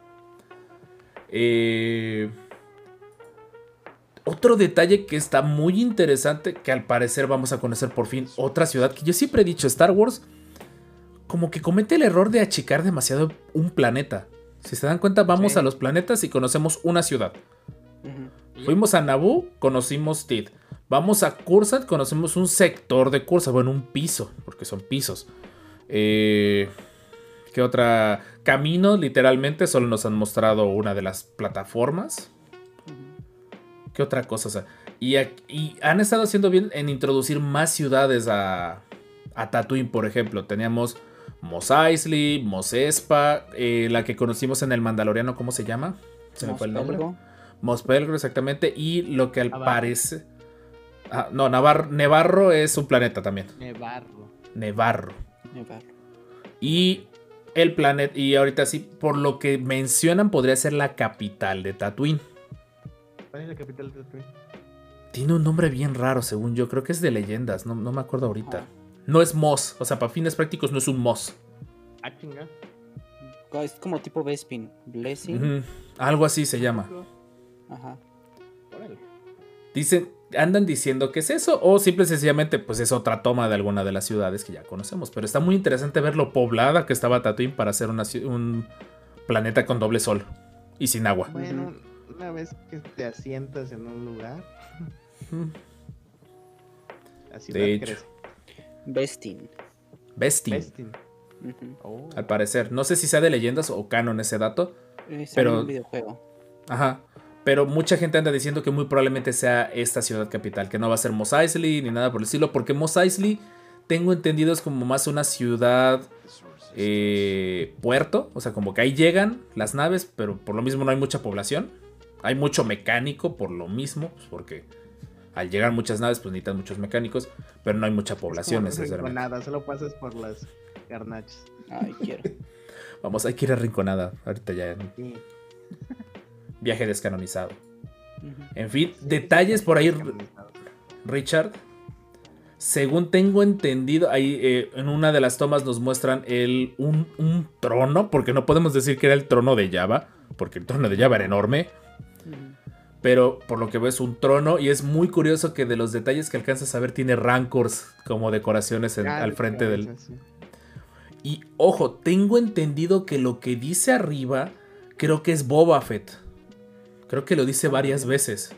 Otro detalle que está muy interesante, que al parecer vamos a conocer por fin otra ciudad, que yo siempre he dicho, Star Wars como que comete el error de achicar demasiado un planeta. Si se dan cuenta, vamos a los planetas y conocemos una ciudad. Fuimos a Naboo, conocimos Tid. Vamos a Coruscant, conocemos un sector de Coruscant, bueno, un piso, porque son pisos. ¿Qué otra? Camino, literalmente, solo nos han mostrado una de las plataformas. ¿Qué otra cosa? O sea, y han estado haciendo bien en introducir más ciudades a Tatooine, por ejemplo. Teníamos Mos Eisley, Mos Espa, la que conocimos en el Mandaloriano, ¿cómo se llama? Se me fue el nombre. Mos Pelgo, exactamente. Y lo que al parece... no, Nevarro es un planeta también. Nevarro. Y el planeta... Y ahorita sí, por lo que mencionan, podría ser la capital de Tatooine. ¿Cuál es la capital de Tatooine? Tiene un nombre bien raro, según yo. Creo que es de leyendas. No me acuerdo ahorita. No es Mos. O sea, para fines prácticos no es un Mos. Ah, chinga. Es como tipo Bespin. Blessing. Algo así se llama. Ajá. Andan diciendo que es eso, o simple y sencillamente pues es otra toma de alguna de las ciudades que ya conocemos. Pero está muy interesante ver lo poblada que estaba Tatooine para ser un planeta con doble sol y sin agua. Bueno, una vez que te asientas en un lugar, la ciudad de hecho. crece. Bestin. Al parecer. No sé si sea de leyendas o canon ese dato. Pero un videojuego. Ajá. Pero mucha gente anda diciendo que muy probablemente sea esta ciudad capital, que no va a ser Mos Eisley ni nada por el estilo, porque Mos Eisley, tengo entendido, es como más una ciudad puerto, o sea, como que ahí llegan las naves, pero por lo mismo no hay mucha población. Hay mucho mecánico por lo mismo, pues porque al llegar muchas naves pues necesitan muchos mecánicos, pero no hay mucha población necesariamente. Nada, solo pasas por las garnachas. Ay, quiero. Vamos, hay que ir a Rinconada ahorita ya. Sí. Viaje descanonizado. En fin, detalles por ahí, Richard. Según tengo entendido, ahí en una de las tomas nos muestran un trono, porque no podemos decir que era el trono de Jabba, porque el trono de Jabba era enorme. Pero por lo que veo es un trono, y es muy curioso que de los detalles que alcanzas a ver tiene rancors como decoraciones al frente del... Y ojo, tengo entendido que lo que dice arriba creo que es Boba Fett. Creo que lo dice varias veces.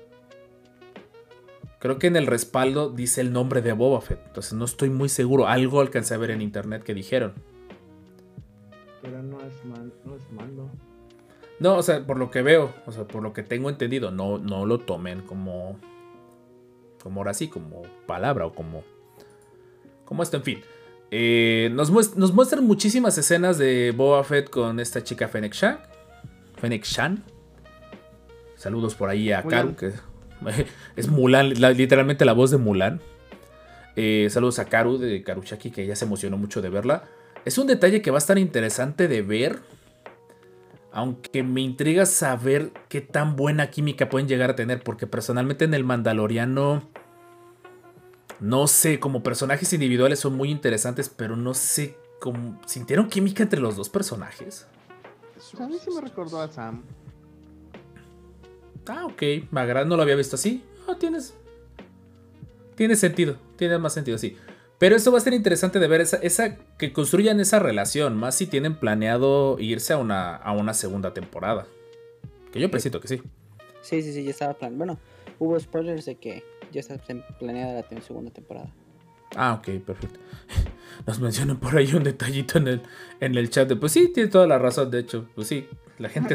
Creo que en el respaldo dice el nombre de Boba Fett. Entonces no estoy muy seguro. Algo alcancé a ver en internet que dijeron. Pero no es malo. No, o sea, por lo que veo, o sea, por lo que tengo entendido, no lo tomen como ahora sí, como palabra o como esto, en fin. Nos muestran muchísimas escenas de Boba Fett con esta chica Fennec Shan. Saludos por ahí a Mulan. Karu, que es Mulan, literalmente la voz de Mulan. Saludos a Karu de Karushaki, que ella se emocionó mucho de verla. Es un detalle que va a estar interesante de ver, aunque me intriga saber qué tan buena química pueden llegar a tener, porque personalmente en el Mandaloriano, no sé, como personajes individuales son muy interesantes, pero no sé cómo sintieron química entre los dos personajes. A mí sí me recordó a Sam. Ok, me agrada, no lo había visto así. Tiene sentido, tiene más sentido así. Pero esto va a ser interesante de ver esa que construyan esa relación, más si tienen planeado irse a una segunda temporada. Que yo presiento que sí. Sí, ya estaba planeado. Bueno, hubo spoilers de que ya está planeada la segunda temporada. Ok, perfecto. Nos mencionan por ahí un detallito en el chat de, pues sí, tiene toda la razón, de hecho, pues sí, la gente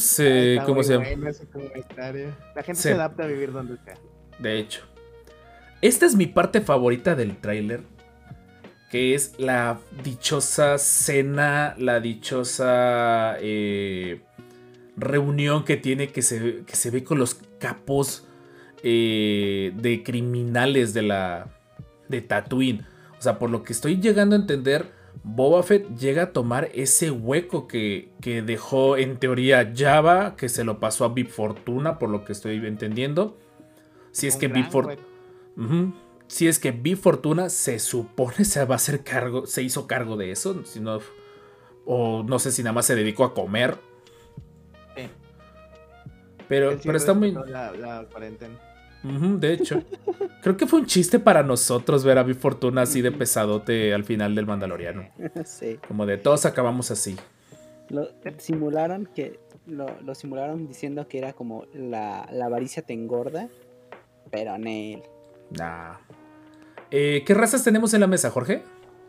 ¿cómo se llama? La gente se adapta a vivir donde sea. De hecho. esta es mi parte favorita del tráiler, que es la dichosa cena, la dichosa reunión que tiene, que se ve con los capos de criminales de Tatooine. O sea, por lo que estoy llegando a entender, Boba Fett llega a tomar ese hueco que dejó en teoría Jabba, que se lo pasó a Bib Fortuna, por lo que estoy entendiendo. Si es que Bib Fortuna... Si es que Bib Fortuna se supone se hizo cargo de eso, si no, o no sé si nada más se dedicó a comer. Sí. Pero está muy... La cuarentena. De hecho, creo que fue un chiste para nosotros ver a Bib Fortuna así de pesadote al final del Mandaloriano. Sí. Como de todos acabamos así. Lo simularon diciendo que era como la avaricia te engorda, pero Nel. Nah. ¿Qué razas tenemos en la mesa, Jorge?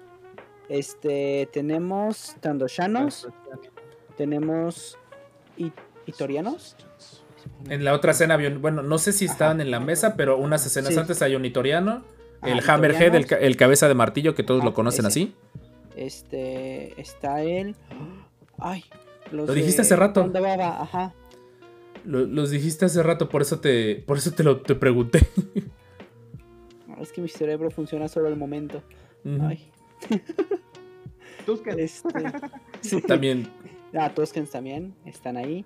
Tenemos Trandoshanos, tenemos Itorianos. En la otra escena, bueno, no sé si estaban en la mesa, pero unas escenas antes hay un Itoriano, el Hammerhead, el cabeza de martillo, que todos lo conocen así. Está él. Ay, lo dijiste hace rato. Ajá. Los dijiste hace rato, por eso te pregunté. Es que mi cerebro funciona solo al momento. Ay. Tuskens. Sí. También. Tuskens también están ahí.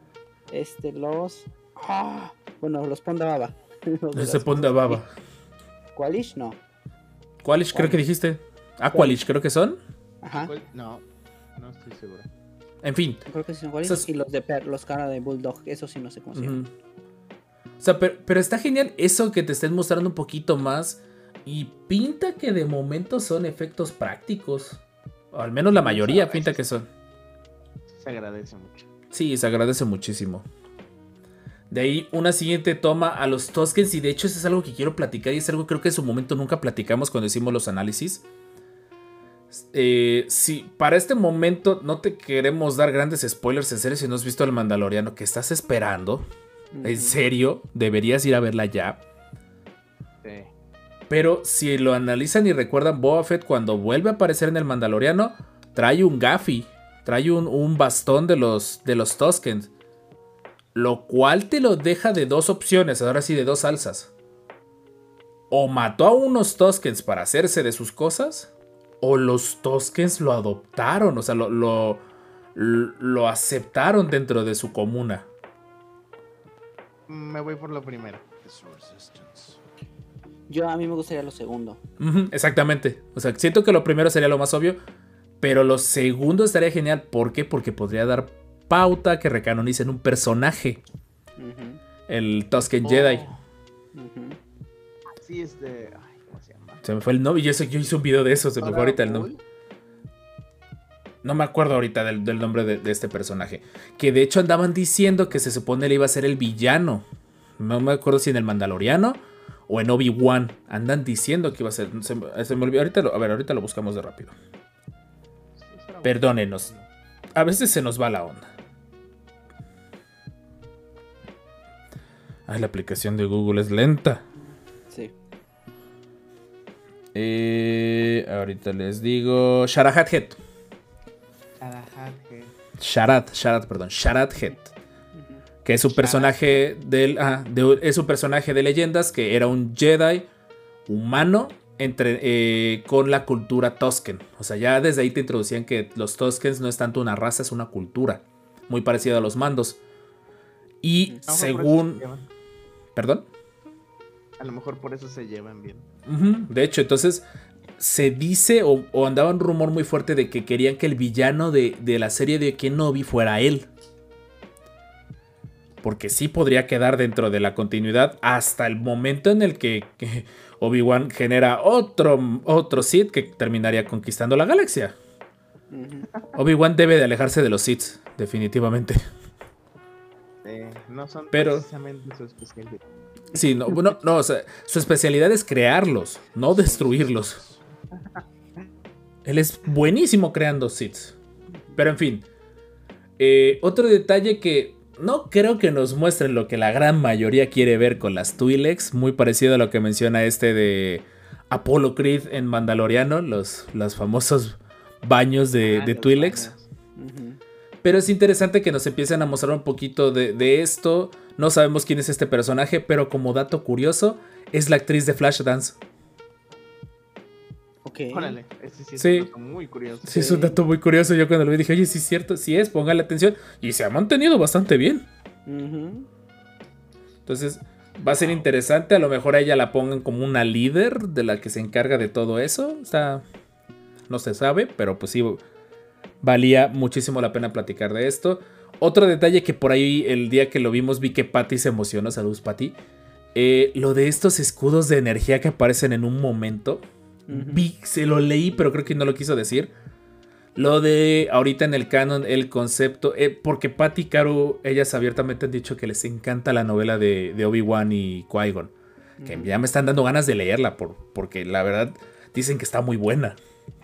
Los Ponda Baba. Ese Ponda Baba. ¿Qualish? No. ¿Qualish creo que dijiste? Qualish creo que son. Ajá. No estoy seguro. En fin. Creo que sí son Qualish. Y los cara de Bulldog, eso sí no sé cómo se llama. O sea, pero está genial eso que te estén mostrando un poquito más. Y pinta que de momento son efectos prácticos. O al menos la mayoría pinta que son. Se agradece mucho. Sí, se agradece muchísimo. De ahí una siguiente toma a los Tuskens. Y de hecho eso es algo que quiero platicar. Y es algo que creo que en su momento nunca platicamos cuando hicimos los análisis. Si para este momento no te queremos dar grandes spoilers. En serio, si no has visto El Mandaloriano, ¿qué estás esperando? En serio, deberías ir a verla ya. Sí. Pero si lo analizan y recuerdan, Boba Fett cuando vuelve a aparecer en El Mandaloriano trae un gaffy, trae un bastón de los Tuskens, lo cual te lo deja de dos opciones, ahora sí de dos salsas. O mató a unos Tuskens para hacerse de sus cosas, o los Tuskens lo adoptaron, o sea, lo aceptaron dentro de su comuna. Me voy por lo primero. A mí me gustaría lo segundo. Exactamente. O sea, siento que lo primero sería lo más obvio, pero lo segundo estaría genial. ¿Por qué? Porque podría dar pauta que recanonicen un personaje. El Tusken Jedi. Sí, ¿cómo se llama? Se me fue el nombre. Yo hice un video de eso. Se me fue ahorita el nombre. No me acuerdo ahorita del nombre de este personaje. Que de hecho andaban diciendo que se supone le iba a ser el villano. No me acuerdo si en el Mandaloriano o en Obi-Wan. Andan diciendo que iba a ser. Se me olvidó. Ahorita lo buscamos de rápido. Perdónenos. A veces se nos va la onda. La aplicación de Google es lenta. Sí. Ahorita les digo. Sharad Head. Sharad Head. Que es un personaje es un personaje de leyendas que era un Jedi humano con la cultura Tusken. O sea, ya desde ahí te introducían que los Tuskens no es tanto una raza, es una cultura muy parecida a los mandos. Y según... ¿Perdón? A lo mejor por eso se llevan bien. De hecho, entonces se dice o andaba un rumor muy fuerte de que querían que el villano de la serie de Kenobi fuera él. Porque sí podría quedar dentro de la continuidad hasta el momento en el que Obi-Wan genera otro Sith que terminaría conquistando la galaxia. Obi-Wan debe de alejarse de los Sith, definitivamente. No son precisamente su especialidad. Sí, no, o sea, su especialidad es crearlos, no destruirlos. Él es buenísimo creando Sith. Pero en fin. Otro detalle que no creo que nos muestren lo que la gran mayoría quiere ver con las Twi'leks, muy parecido a lo que menciona este de Apollo Creed en Mandaloriano, los famosos baños de Los Twi'leks. baños. Ujú. Pero es interesante que nos empiecen a mostrar un poquito de esto. No sabemos quién es este personaje, pero como dato curioso, es la actriz de Flashdance. Ok. Órale, ese sí es Sí. un dato muy curioso. Sí, es un dato muy curioso. Yo cuando lo vi dije, oye, sí es cierto, sí es, póngale atención. Y se ha mantenido bastante bien. Ujú. Entonces, va a ser interesante. A lo mejor a ella la pongan como una líder de la que se encarga de todo eso. O sea, no se sabe, pero pues sí, valía muchísimo la pena platicar de esto. Otro detalle que por ahí el día que lo vimos vi que Patty se emocionó. Saludos, Patty. Lo de estos escudos de energía que aparecen en un momento. Vi, se lo leí, pero creo que no lo quiso decir. Lo de ahorita en el canon, el concepto. Porque Patty y Caro, ellas abiertamente han dicho que les encanta la novela de Obi-Wan y Qui-Gon. Que ya me están dando ganas de leerla. Porque la verdad dicen que está muy buena.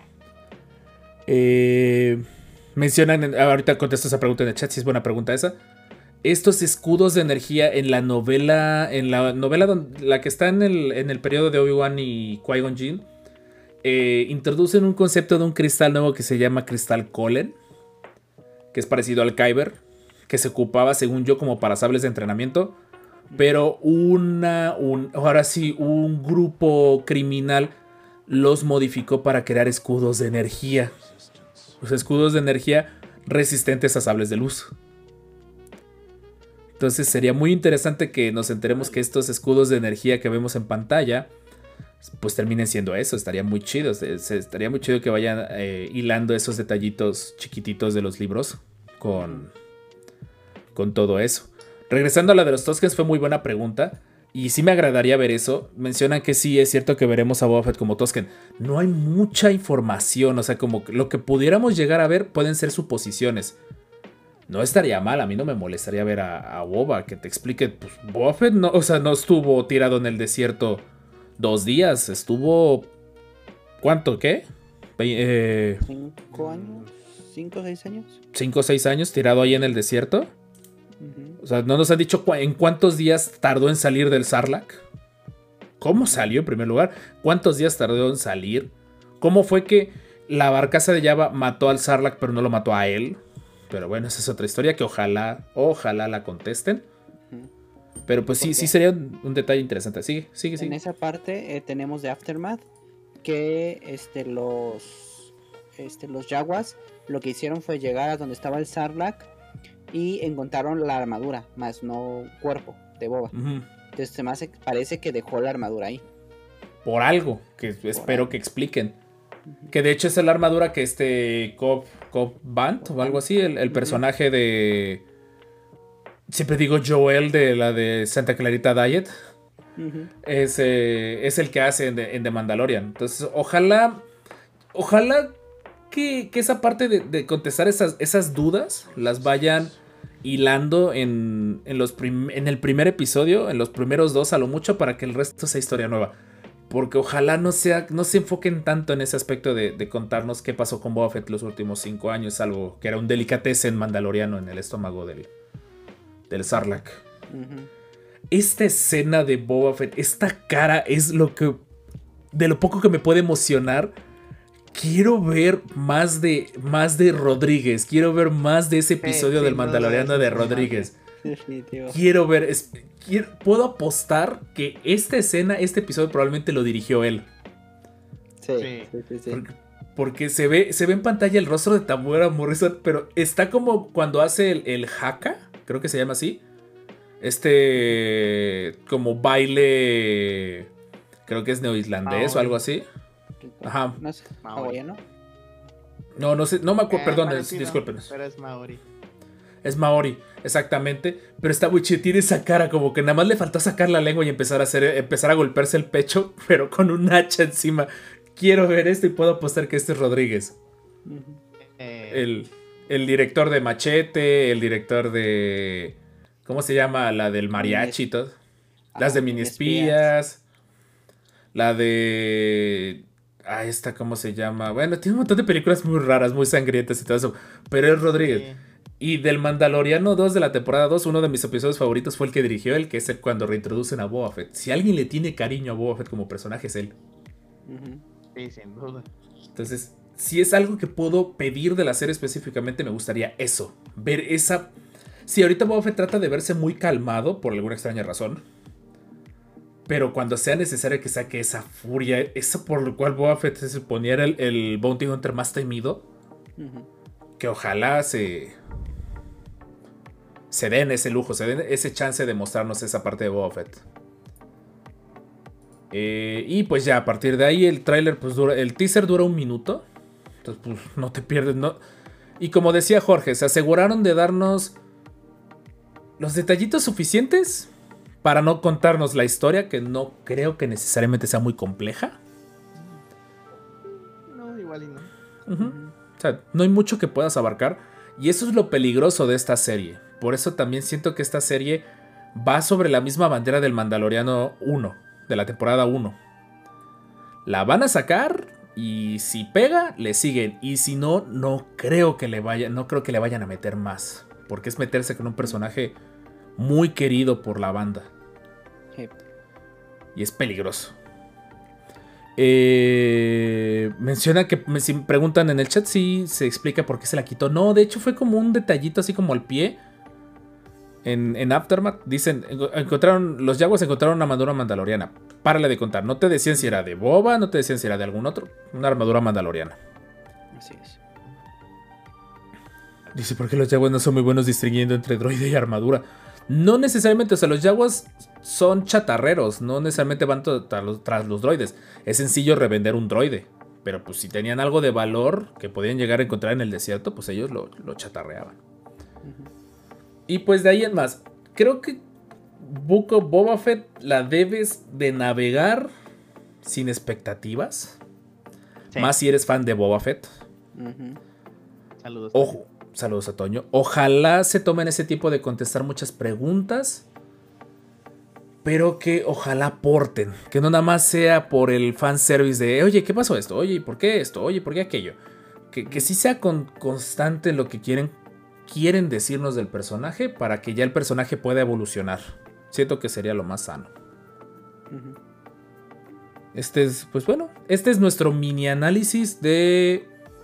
Mencionan, ahorita contesto esa pregunta en el chat, si es buena pregunta esa. Estos escudos de energía en la novela la que está en el periodo de Obi-Wan y Qui-Gon Jinn, introducen un concepto de un cristal nuevo que se llama cristal Colen, que es parecido al Kyber, que se ocupaba, según yo, como para sables de entrenamiento, pero ahora sí, un grupo criminal los modificó para crear escudos de energía. Los escudos de energía resistentes a sables de luz. Entonces sería muy interesante que nos enteremos que estos escudos de energía que vemos en pantalla pues terminen siendo eso. Estaría muy chido. Estaría muy chido que vayan hilando esos detallitos chiquititos de los libros con todo eso. Regresando a la de los Tuskens, fue muy buena pregunta. Y sí me agradaría ver eso. Mencionan que sí es cierto que veremos a Boba Fett como Tusken. No hay mucha información. O sea, como lo que pudiéramos llegar a ver pueden ser suposiciones. No estaría mal, a mí no me molestaría ver a Boba, que te explique, pues Boba Fett no, o sea, no estuvo tirado en el desierto 2 días, estuvo, ¿cuánto, qué? 5 años, 5 o 6 años. 5 o 6 años tirado ahí en el desierto. Ujú. O sea, no nos han dicho en cuántos días tardó en salir del Sarlacc. ¿Cómo salió en primer lugar? ¿Cuántos días tardó en salir? ¿Cómo fue que la barcaza de Jabba mató al Sarlacc pero no lo mató a él? Pero bueno, esa es otra historia que ojalá la contesten. Pero pues sí sería un detalle interesante. Sigue. En esa parte tenemos de Aftermath que los Jaguars lo que hicieron fue llegar a donde estaba el Sarlacc y encontraron la armadura, más no cuerpo de Boba. Ujú. Entonces parece que dejó la armadura ahí. Por algo, que espero que expliquen. Que de hecho es la armadura que Cobb Vanth o algo así, el personaje de... Siempre digo Joel de la de Santa Clarita Diet. Es el que hace en The Mandalorian. Entonces ojalá que esa parte de contestar esas dudas las vayan hilando en el primer episodio, en los primeros 2 a lo mucho, para que el resto sea historia nueva. Porque ojalá no se enfoquen tanto en ese aspecto de contarnos qué pasó con Boba Fett los últimos 5 años, salvo que era un delicatessen mandaloriano en el estómago del Sarlacc. Esta escena de Boba Fett, esta cara es de lo poco que me puede emocionar. Quiero ver más de Rodríguez. Quiero ver más de ese episodio del Mandaloriano de Rodríguez. Definitivo. Quiero ver. Puedo apostar que esta escena, este episodio probablemente lo dirigió él. Sí. Porque se ve en pantalla el rostro de Temuera Morrison, pero está como cuando hace el haka, creo que se llama así. Como baile, creo que es neoislandés o algo así. Ajá. No sé, hawaiano. No sé, no me acuerdo, perdón, disculpen. Pero es Maori. Es Maori, exactamente. Pero está muy chido, tiene esa cara como que nada más le faltó sacar la lengua y empezar a golpearse el pecho, pero con un hacha encima. Quiero ver esto y puedo apostar que este es Rodríguez. El director de Machete, el director de... ¿Cómo se llama? La del mariachi y todo. Las de Mini Espías. La de... esta, ¿cómo se llama? Bueno, tiene un montón de películas muy raras, muy sangrientas y todo eso. Pero es Rodríguez. Y del Mandaloriano 2 de la temporada 2, uno de mis episodios favoritos fue el que dirigió él, que es el cuando reintroducen a Boba Fett. Si alguien le tiene cariño a Boba Fett como personaje, es él. Sí, sin duda. Entonces, si es algo que puedo pedir de la serie específicamente, me gustaría eso. Ver esa... Sí, ahorita Boba Fett trata de verse muy calmado por alguna extraña razón. Pero cuando sea necesario que saque esa furia, eso por lo cual Boba Fett se suponía era el Bounty Hunter más temido, que ojalá se den ese lujo, se den ese chance de mostrarnos esa parte de Boba Fett. Y pues ya a partir de ahí el tráiler, pues el teaser dura 1 minuto. Entonces pues no te pierdes, ¿no? Y como decía Jorge, se aseguraron de darnos los detallitos suficientes para no contarnos la historia, que no creo que necesariamente sea muy compleja. No, igual y no. O sea, no hay mucho que puedas abarcar. Y eso es lo peligroso de esta serie. Por eso también siento que esta serie va sobre la misma bandera del Mandaloriano 1, de la temporada 1. La van a sacar y si pega, le siguen. Y si no, no creo que le vayan a meter más. Porque es meterse con un personaje muy querido por la banda. Sí. Y es peligroso. Menciona que si me preguntan en el chat si se explica por qué se la quitó. No, de hecho fue como un detallito así como al pie. En Aftermath dicen, los Jaguars encontraron una armadura mandaloriana. Párale de contar, no te decían si era de Boba, no te decían si era de algún otro. Una armadura mandaloriana. Así es. Dice, ¿por qué los Jaguars no son muy buenos distinguiendo entre droide y armadura? No necesariamente, o sea, los Jaguars son chatarreros, no necesariamente van tras los droides. Es sencillo revender un droide, pero pues si tenían algo de valor que podían llegar a encontrar en el desierto, pues ellos lo chatarreaban. Y pues de ahí en más, creo que Boba Fett la debes de navegar sin expectativas. Sí. Más si eres fan de Boba Fett. Saludos. Ojo. Saludos a Toño. Ojalá se tomen ese tiempo de contestar muchas preguntas, pero que ojalá aporten. Que no nada más sea por el fanservice de, oye, ¿qué pasó esto? Oye, ¿por qué esto? Oye, ¿por qué aquello? Que sí sea constante lo que quieren decirnos del personaje para que ya el personaje pueda evolucionar. Siento que sería lo más sano. Este es nuestro mini análisis del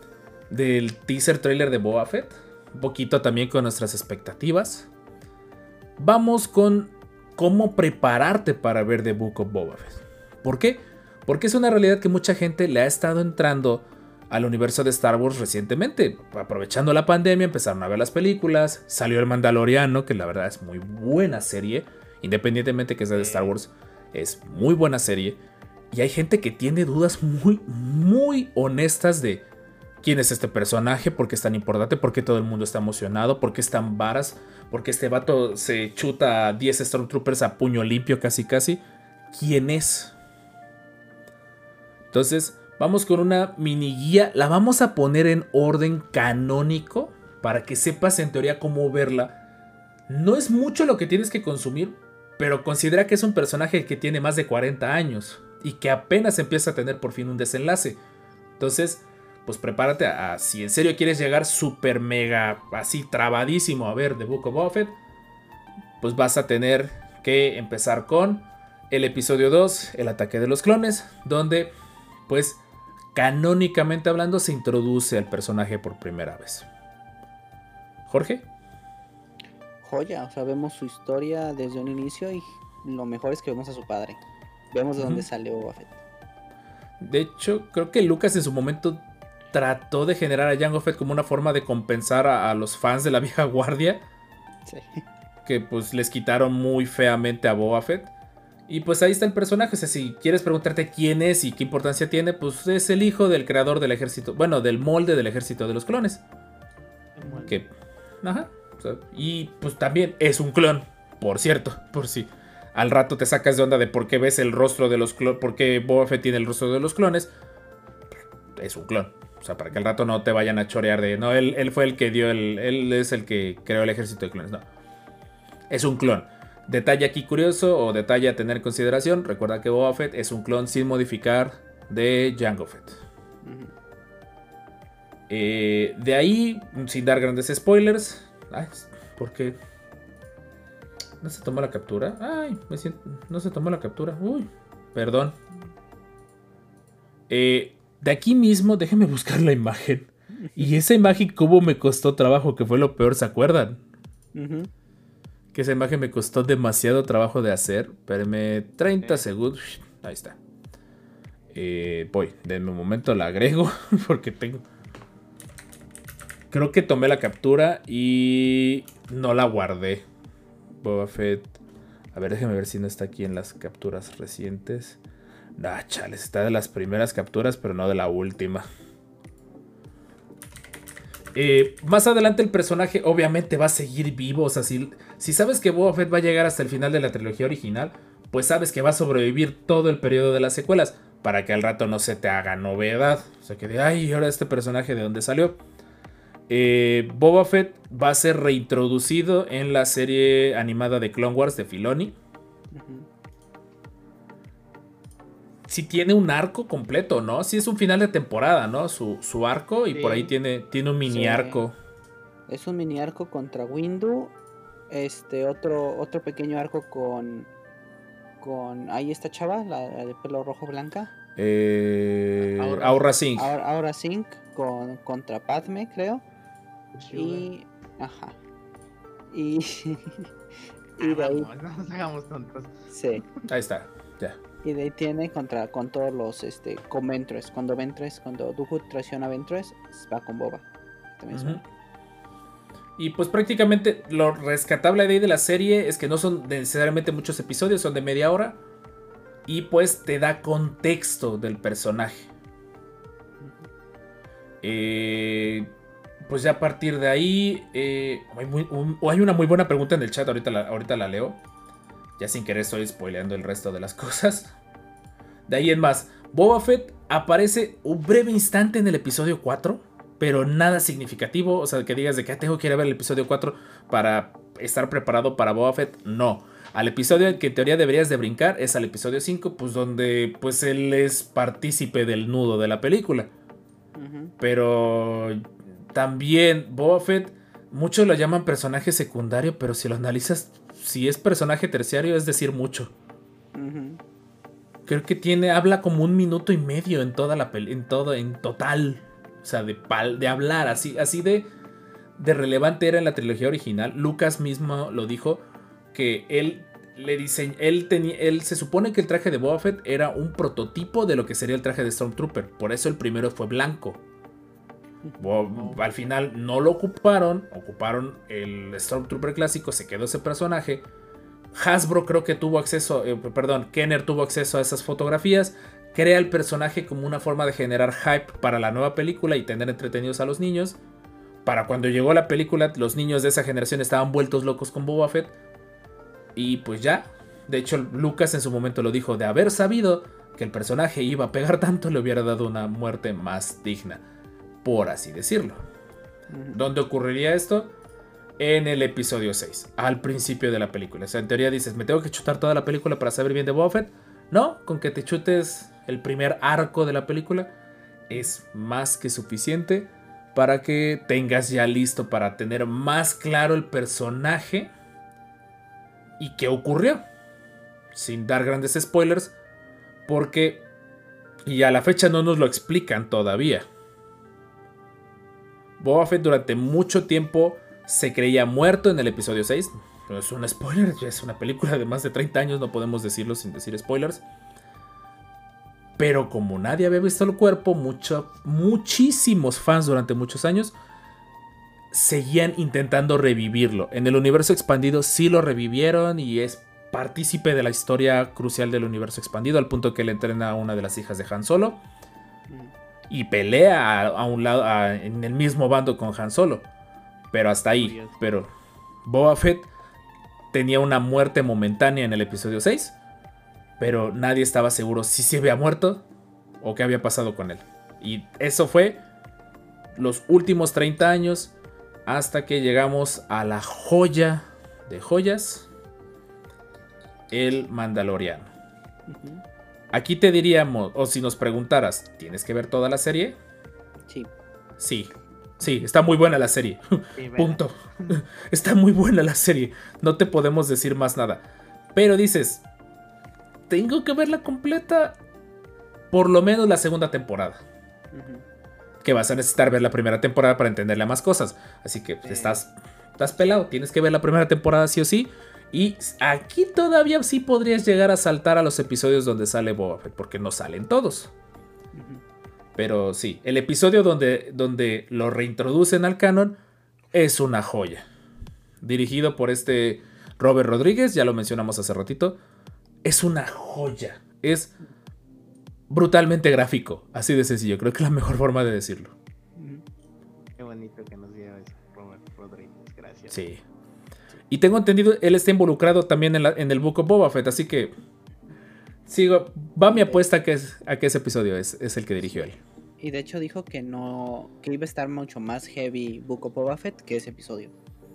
teaser trailer de Boba Fett. Un poquito también con nuestras expectativas. Vamos con cómo prepararte para ver The Book of Boba Fett. ¿Por qué? Porque es una realidad que mucha gente le ha estado entrando al universo de Star Wars recientemente. Aprovechando la pandemia empezaron a ver las películas. Salió el Mandaloriano, que la verdad es muy buena serie. Independientemente que sea de Star Wars, es muy buena serie. Y hay gente que tiene dudas muy, muy honestas de quién es este personaje, por qué es tan importante, por qué todo el mundo está emocionado, por qué es tan varas, por qué este vato se chuta a 10 Stormtroopers a puño limpio casi casi. ¿Quién es? Entonces, vamos con una mini guía. La vamos a poner en orden canónico para que sepas en teoría cómo verla. No es mucho lo que tienes que consumir, pero considera que es un personaje que tiene más de 40 años y que apenas empieza a tener por fin un desenlace. Entonces, pues prepárate a si en serio quieres llegar super mega así trabadísimo a ver The Book of Boba Fett, pues vas a tener que empezar con el episodio 2, el ataque de los clones, donde pues canónicamente hablando se introduce al personaje por primera vez. Jorge. Joya, o sea, vemos su historia desde un inicio y lo mejor es que vemos a su padre. Vemos de dónde salió Boba Fett. De hecho, creo que Lucas en su momento trató de generar a Jango Fett como una forma de compensar a los fans de la vieja guardia. Sí. Que pues les quitaron muy feamente a Boba Fett. Y pues ahí está el personaje. O sea, si quieres preguntarte quién es y qué importancia tiene, pues es el hijo del creador del ejército. Bueno, del molde del ejército de los clones. Que, ajá. O sea, y pues también es un clon, por cierto, por si al rato te sacas de onda de por qué ves el rostro de los clones, por qué Boba Fett tiene el rostro de los clones. Es un clon. O sea, para que al rato no te vayan a chorear de, no, él fue el que dio él es el que creó el ejército de clones. No. Es un clon. Detalle aquí curioso o detalle a tener en consideración. Recuerda que Boba Fett es un clon sin modificar de Jango Fett. De ahí, sin dar grandes spoilers, Ay, ¿por qué? ¿No se tomó la captura? Ay, no se tomó la captura. Uy, perdón. De aquí mismo, déjenme buscar la imagen. Y esa imagen, ¿cómo me costó trabajo? Que fue lo peor, ¿se acuerdan? Ujú. Que esa imagen me costó demasiado trabajo de hacer. Espérenme 30 segundos. Ahí está. Denme un momento, la agrego. Porque tengo... Creo que tomé la captura y no la guardé. Boba Fett. A ver, déjenme ver si no está aquí en las capturas recientes. Nah, chales, está de las primeras capturas, pero no de la última. Más adelante el personaje obviamente va a seguir vivo. O sea, si sabes que Boba Fett va a llegar hasta el final de la trilogía original, pues sabes que va a sobrevivir todo el periodo de las secuelas, para que al rato no se te haga novedad. O sea, que de, ay, ahora este personaje de dónde salió. Boba Fett va a ser reintroducido en la serie animada de Clone Wars de Filoni. Si tiene un arco completo, ¿no? Si es un final de temporada, ¿no? Su arco, y Sí. por ahí tiene un mini Sí. arco. Es un mini arco contra Windu. Otro pequeño arco con ahí esta chava, la de pelo rojo blanca. Aurra Singh. Ahora Sync contra Padme, creo. Y ajá. Y y de ahí Vamos, no nos hagamos tontos. sí. Ahí está, ya. Y de ahí tiene con todos los con Ventress. Cuando Dooku traiciona a Ventress, va con Boba. También es Ujú. bueno. Y pues prácticamente lo rescatable de ahí de la serie es que no son necesariamente muchos episodios, son de media hora. Y pues te da contexto del personaje. Pues ya a partir de ahí hay una muy buena pregunta en el chat, ahorita la leo. Ya sin querer estoy spoileando el resto de las cosas. De ahí en más, Boba Fett aparece un breve instante en el episodio 4, pero nada significativo. O sea, que digas de que tengo que ir a ver el episodio 4 para estar preparado para Boba Fett. No. Al episodio en que en teoría deberías de brincar es al episodio 5, pues donde pues él es partícipe del nudo de la película. Ujú. Pero también Boba Fett, muchos lo llaman personaje secundario, pero si lo analizas, si es personaje terciario es decir mucho. Ujú. Creo que habla como 1 minuto y medio en toda la en total. O sea, de hablar, así de relevante era en la trilogía original. Lucas mismo lo dijo, que él se supone que el traje de Boba Fett era un prototipo de lo que sería el traje de Stormtrooper. Por eso el primero fue blanco. Al final no lo ocuparon el Stormtrooper clásico, se quedó ese personaje. Hasbro creo que tuvo acceso, Kenner tuvo acceso a esas fotografías, crea el personaje como una forma de generar hype para la nueva película y tener entretenidos a los niños. Para cuando llegó la película, los niños de esa generación estaban vueltos locos con Boba Fett. Y pues ya, de hecho Lucas en su momento lo dijo, de haber sabido que el personaje iba a pegar tanto, le hubiera dado una muerte más digna, por así decirlo. ¿Dónde ocurriría esto? En el episodio 6, al principio de la película. O sea, en teoría dices, ¿me tengo que chutar toda la película para saber bien de Boba Fett? No, con que te chutes el primer arco de la película es más que suficiente para que tengas ya listo para tener más claro el personaje y qué ocurrió. Sin dar grandes spoilers, porque y a la fecha no nos lo explican todavía. Boba Fett durante mucho tiempo se creía muerto en el episodio 6. No es un spoiler, ya es una película de más de 30 años, no podemos decirlo sin decir spoilers. Pero como nadie había visto el cuerpo, muchísimos fans durante muchos años seguían intentando revivirlo. En el universo expandido sí lo revivieron y es partícipe de la historia crucial del universo expandido, al punto que le entrena a una de las hijas de Han Solo y pelea a un lado, en el mismo bando con Han Solo. Pero hasta ahí. Curioso. Pero Boba Fett tenía una muerte momentánea en el episodio 6, pero nadie estaba seguro si se había muerto o qué había pasado con él. Y eso fue los últimos 30 años hasta que llegamos a la joya de joyas, el Mandaloriano. Aquí te diríamos, o si nos preguntaras, ¿tienes que ver toda la serie? Sí. Sí, Sí, está muy buena la serie. Sí, vela. Punto. Está muy buena la serie. No te podemos decir más nada. Pero dices, tengo que verla completa. Por lo menos la segunda temporada. Que vas a necesitar ver la primera temporada para entenderle a más cosas. Así que pues, estás pelado. Tienes que ver la primera temporada sí o sí. Y aquí todavía sí podrías llegar a saltar a los episodios donde sale Boba Fett. Porque no salen todos. Pero sí, el episodio donde lo reintroducen al canon es una joya. Dirigido por Robert Rodríguez, ya lo mencionamos hace ratito. Es una joya. Es brutalmente gráfico. Así de sencillo. Creo que es la mejor forma de decirlo. Qué bonito que nos dio eso, Robert Rodríguez. Gracias. Sí. Y tengo entendido, él está involucrado también en el Book of Boba Fett. Así que va mi apuesta a que ese episodio es el que dirigió él. Y de hecho dijo que iba a estar mucho más heavy Book of Boba Fett que ese episodio.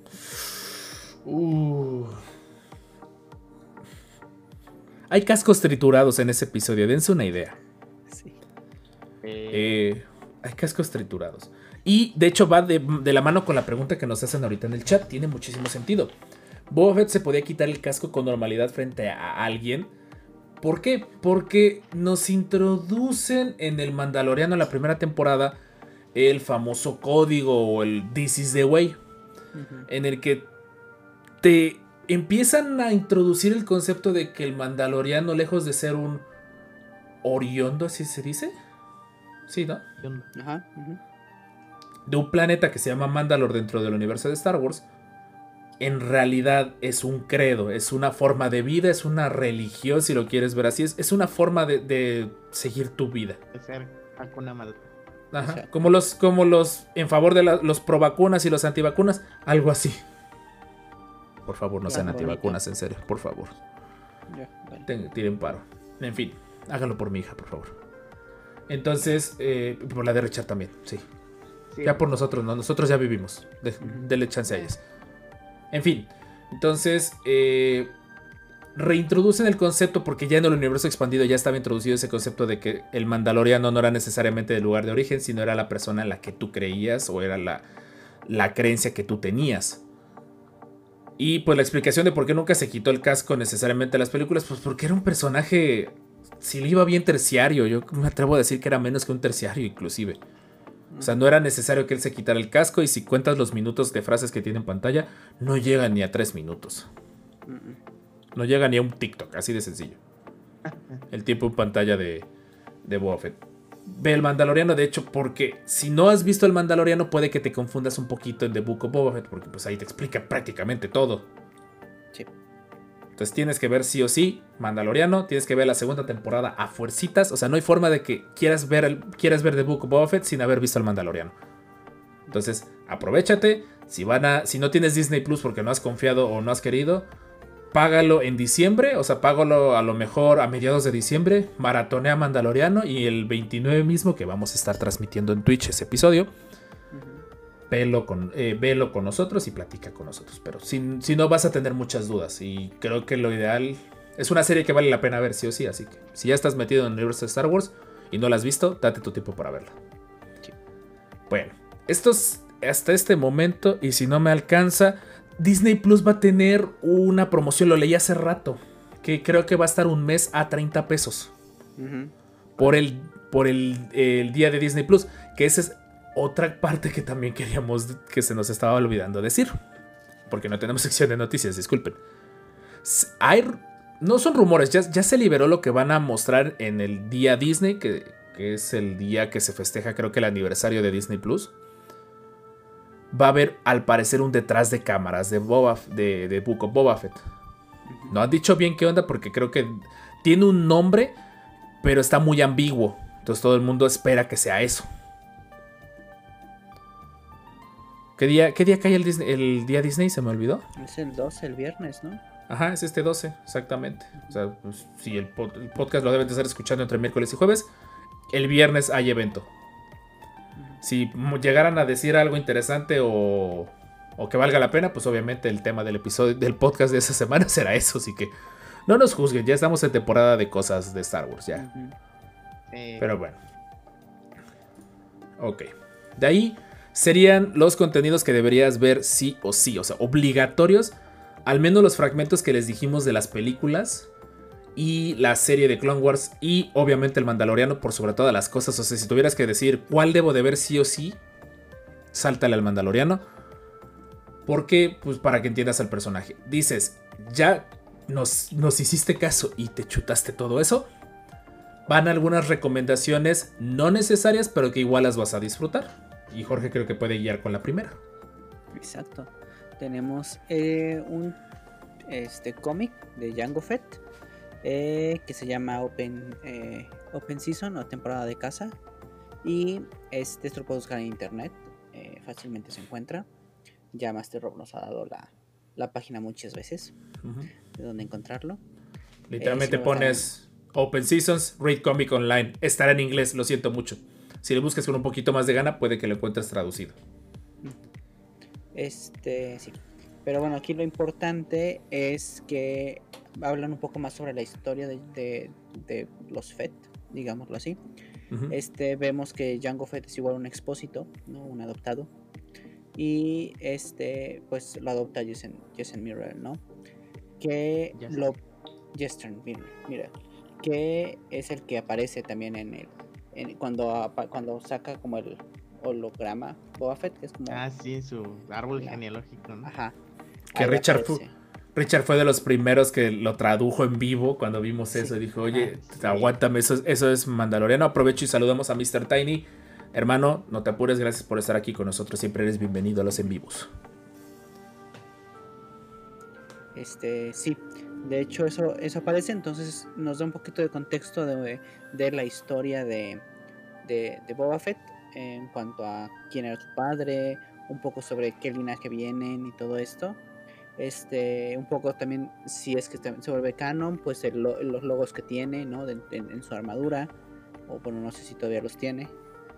Hay cascos triturados en ese episodio, dense una idea. Sí. Hay cascos triturados. Y de hecho va de la mano con la pregunta que nos hacen ahorita en el chat. Tiene muchísimo sentido. Boba Fett se podía quitar el casco con normalidad frente a alguien. ¿Por qué? Porque nos introducen en el Mandaloriano en la primera temporada el famoso código o el This is the way. En el que te empiezan a introducir el concepto de que el Mandaloriano, lejos de ser un oriondo, ¿así se dice? Sí, ¿no? Ajá. De un planeta que se llama Mandalore dentro del universo de Star Wars, en realidad es un credo, es una forma de vida, es una religión, si lo quieres ver así, es una forma de seguir tu vida. De ser Hakuna Matata. Ajá. O sea, Como los en favor de los pro vacunas y los antivacunas, algo así. Por favor, no sean Claro, antivacunas, en serio, por favor. Ya, vale. Tiren paro. En fin, háganlo por mi hija, por favor. Entonces, por la de Richard también, sí. Sí, Ya por nosotros, ¿no? Nosotros ya vivimos. Denle chance a ellas. En fin, entonces reintroducen el concepto porque ya en el universo expandido ya estaba introducido ese concepto de que el Mandaloriano no era necesariamente del lugar de origen, sino era la persona en la que tú creías o era la creencia que tú tenías. Y pues la explicación de por qué nunca se quitó el casco necesariamente en las películas, pues porque era un personaje, si le iba bien, terciario. Yo me atrevo a decir que era menos que un terciario inclusive. O sea, no era necesario que él se quitara el casco. Y si cuentas los minutos de frases que tiene en pantalla, no llega ni a 3 minutos. No llega ni a un TikTok, así de sencillo. El tiempo en pantalla de Boba Fett. Ve el Mandaloriano, de hecho, porque si no has visto el Mandaloriano, puede que te confundas un poquito en The Book of Boba Fett, porque pues ahí te explica prácticamente todo. Sí. Entonces tienes que ver sí o sí Mandaloriano, tienes que ver la segunda temporada a fuercitas. O sea, no hay forma de que quieras ver The Book of Boba Fett sin haber visto el Mandaloriano. Entonces, aprovéchate. Si no tienes Disney Plus porque no has confiado o no has querido, págalo en diciembre. O sea, págalo a lo mejor a mediados de diciembre. Maratonea Mandaloriano y el 29 mismo, que vamos a estar transmitiendo en Twitch ese episodio, velo con nosotros y platica con nosotros. Pero si no, vas a tener muchas dudas. Y creo que lo ideal es una serie que vale la pena ver sí o sí. Así que si ya estás metido en el universo de Star Wars y no la has visto, date tu tiempo para verla. Sí. Bueno, esto es hasta este momento. Y si no me alcanza, Disney Plus va a tener una promoción. Lo leí hace rato, que creo que va a estar un mes a 30 pesos por el día de Disney Plus. Que esa es otra parte que también queríamos, que se nos estaba olvidando decir, porque no tenemos sección de noticias, disculpen. No son rumores, ya se liberó lo que van a mostrar en el día Disney, que es el día que se festeja, creo que el aniversario de Disney Plus. Va a haber, al parecer, un detrás de cámaras de Book of Boba Fett. No han dicho bien qué onda, porque creo que tiene un nombre, pero está muy ambiguo. Entonces todo el mundo espera que sea eso. ¿Qué día cae el día Disney? Se me olvidó. Es el 12, el viernes, ¿no? Ajá, es este 12, exactamente. O sea, pues, si el podcast lo deben de estar escuchando entre miércoles y jueves, el viernes hay evento. Si llegaran a decir algo interesante o que valga la pena, pues obviamente el tema del episodio del podcast de esa semana será eso. Así que no nos juzguen, ya estamos en temporada de cosas de Star Wars ya. Pero bueno. Ok. De ahí serían los contenidos que deberías ver sí o sí, o sea, obligatorios, al menos los fragmentos que les dijimos de las películas y la serie de Clone Wars y obviamente el Mandaloriano por sobre todas las cosas. O sea, si tuvieras que decir cuál debo de ver sí o sí, sáltale al Mandaloriano. Porque, pues para que entiendas al personaje. Dices, ya nos hiciste caso y te chutaste todo eso. Van algunas recomendaciones no necesarias, pero que igual las vas a disfrutar. Y Jorge creo que puede guiar con la primera. Exacto. Tenemos un cómic de Jango Fett que se llama Open Season o temporada de caza. Y esto lo puedes buscar en internet. Fácilmente se encuentra. Ya Master Rob nos ha dado la página muchas veces de dónde encontrarlo. Literalmente pones Open Seasons, Read Comic Online. Estará en inglés, lo siento mucho. Si le buscas con un poquito más de gana, puede que lo encuentres traducido. Sí. Pero bueno, aquí lo importante es que hablan un poco más sobre la historia de los Fett, digámoslo así. Vemos que Jango Fett es igual un expósito, ¿no? Un adoptado. Y pues lo adopta Jesen Mirrell, ¿no? Que Jesen Mirrell, que es el que aparece también cuando saca como el holograma Boba Fett, que es como sí, su árbol genealógico, ¿no? Ajá. Que Richard fue de los primeros que lo tradujo en vivo cuando vimos eso y dijo, oye, aguántame, eso es Mandaloriano. Aprovecho y saludamos a Mr. Tiny. Hermano, no te apures, gracias por estar aquí con nosotros. Siempre eres bienvenido a los en vivos. Sí, de hecho eso aparece, entonces nos da un poquito de contexto de la historia de Boba Fett en cuanto a quién era su padre, un poco sobre qué linaje vienen y todo esto. Un poco también, si es que se vuelve canon, pues los logos que tiene, ¿no? en su armadura, o bueno, no sé si todavía los tiene.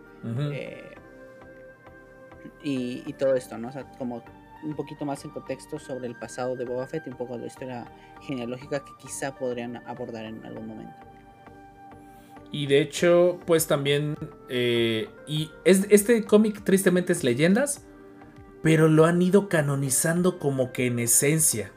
Y todo esto, ¿no? O sea, como un poquito más en contexto sobre el pasado de Boba Fett y un poco de la historia genealógica que quizá podrían abordar en algún momento. Y de hecho, pues también este cómic tristemente es leyendas, pero lo han ido canonizando como que en esencia.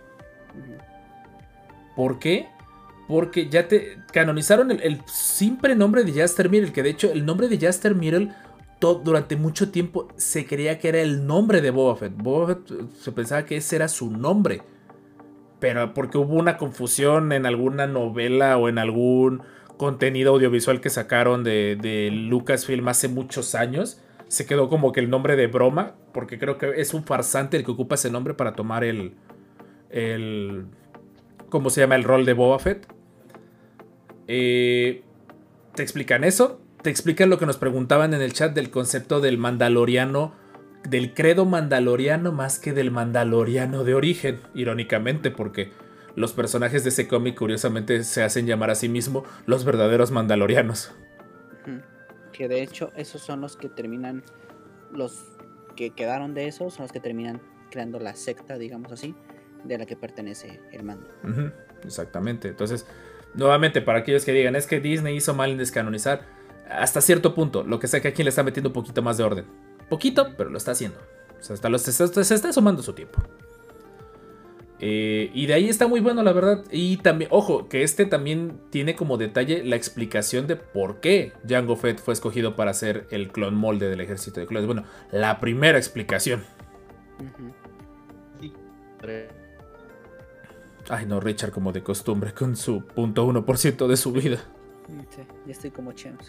¿Por qué? Porque ya te canonizaron el simple nombre de Jaster Mirrell, que de hecho el nombre de Jaster Mirrell durante mucho tiempo se creía que era el nombre de Boba Fett. Boba Fett se pensaba que ese era su nombre, pero porque hubo una confusión en alguna novela o en algún contenido audiovisual que sacaron de Lucasfilm hace muchos años, se quedó como que el nombre de broma, porque creo que es un farsante el que ocupa ese nombre para tomar el ¿cómo se llama? El rol de Boba Fett. Te explican eso. Te explican lo que nos preguntaban en el chat del concepto del mandaloriano, del credo mandaloriano más que del mandaloriano de origen, irónicamente, porque los personajes de ese cómic curiosamente se hacen llamar a sí mismos los verdaderos mandalorianos. Que de hecho esos son los que terminan, los que quedaron de esos son los que terminan creando la secta, digamos así, de la que pertenece el mando. Exactamente. Entonces, nuevamente, para aquellos que digan, es que Disney hizo mal en descanonizar, hasta cierto punto, lo que sé que aquí le está metiendo un poquito más de orden. Poquito, pero lo está haciendo. O sea, se está sumando su tiempo. Y de ahí está muy bueno, la verdad. Y también, ojo, que también tiene como detalle la explicación de por qué Jango Fett fue escogido para ser el clon molde del ejército de clones. Bueno, la primera explicación. Ay, no, Richard, como de costumbre, con su 0.1% de su vida. Sí, ya estoy como Chems.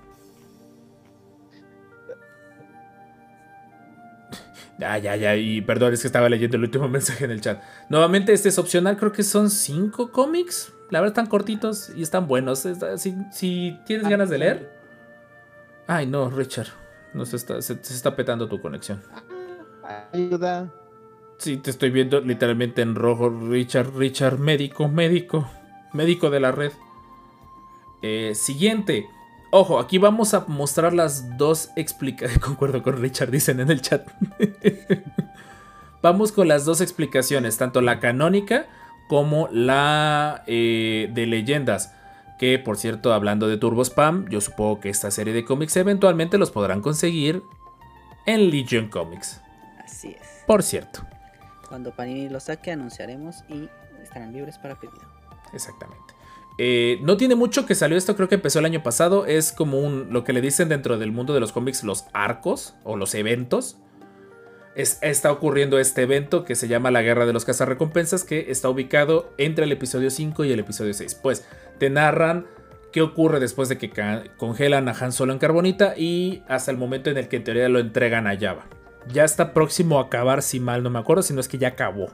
Ya, y perdón, es que estaba leyendo el último mensaje en el chat. Nuevamente, este es opcional, creo que son 5 cómics. La verdad están cortitos y están buenos. Si tienes ganas de leer. Ay, no, Richard, se está petando tu conexión. Ayuda. Sí, te estoy viendo literalmente en rojo, Richard, médico de la red. Siguiente. Ojo, aquí vamos a mostrar las dos explicaciones. Concuerdo con Richard, dicen en el chat. Vamos con las dos explicaciones, tanto la canónica como la de leyendas. Que, por cierto, hablando de Turbo Spam, yo supongo que esta serie de cómics eventualmente los podrán conseguir en Legion Comics. Así es. Por cierto. Cuando Panini lo saque, anunciaremos y estarán libres para pedido. Exactamente. No tiene mucho que salió esto, creo que empezó el año pasado. Es como lo que le dicen dentro del mundo de los cómics los arcos o los eventos. Está ocurriendo este evento que se llama la Guerra de los Cazarrecompensas, que está ubicado entre el episodio 5 y el episodio 6. Pues te narran qué ocurre después de que congelan a Han Solo en carbonita y hasta el momento en el que en teoría lo entregan a Jabba. Ya está próximo a acabar, si mal no me acuerdo, si no es que ya acabó.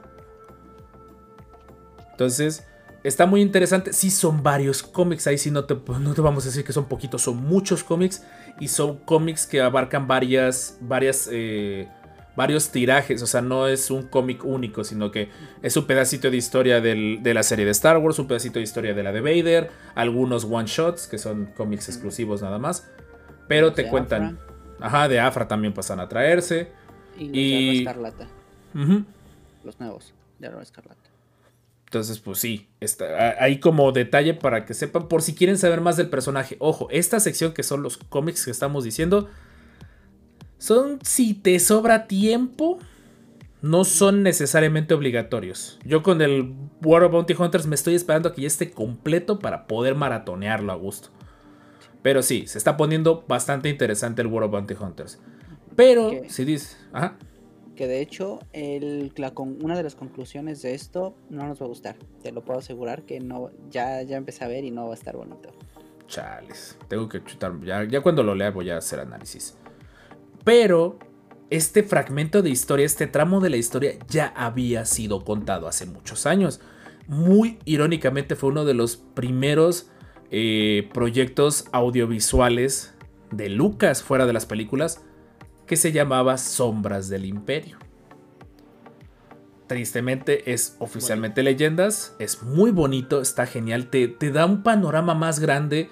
Entonces, está muy interesante. Sí, son varios cómics. Ahí sí no te vamos a decir que son poquitos, son muchos cómics. Y son cómics que abarcan varios tirajes. O sea, no es un cómic único, sino que es un pedacito de historia de la serie de Star Wars, un pedacito de historia de la de Vader, algunos one shots, que son cómics exclusivos nada más. Pero te cuentan. Afra. Ajá, de Afra también pasan a traerse. Y los de Arma Escarlata. Los nuevos de Arma Escarlata. Entonces, pues sí, está ahí como detalle para que sepan, por si quieren saber más del personaje. Ojo, esta sección que son los cómics que estamos diciendo, son, si te sobra tiempo, no son necesariamente obligatorios. Yo con el World of Bounty Hunters me estoy esperando a que ya esté completo para poder maratonearlo a gusto. Pero sí, se está poniendo bastante interesante el World of Bounty Hunters. Pero, si dices... Ajá. Que de hecho, una de las conclusiones de esto no nos va a gustar. Te lo puedo asegurar que no, ya empecé a ver y no va a estar bonito. Chales, tengo que chutar. Ya cuando lo lea voy a hacer análisis. Pero este fragmento de historia, este tramo de la historia ya había sido contado hace muchos años. Muy irónicamente fue uno de los primeros proyectos audiovisuales de Lucas fuera de las películas, que se llamaba Sombras del Imperio. Tristemente es oficialmente leyendas, es muy bonito, está genial, te da un panorama más grande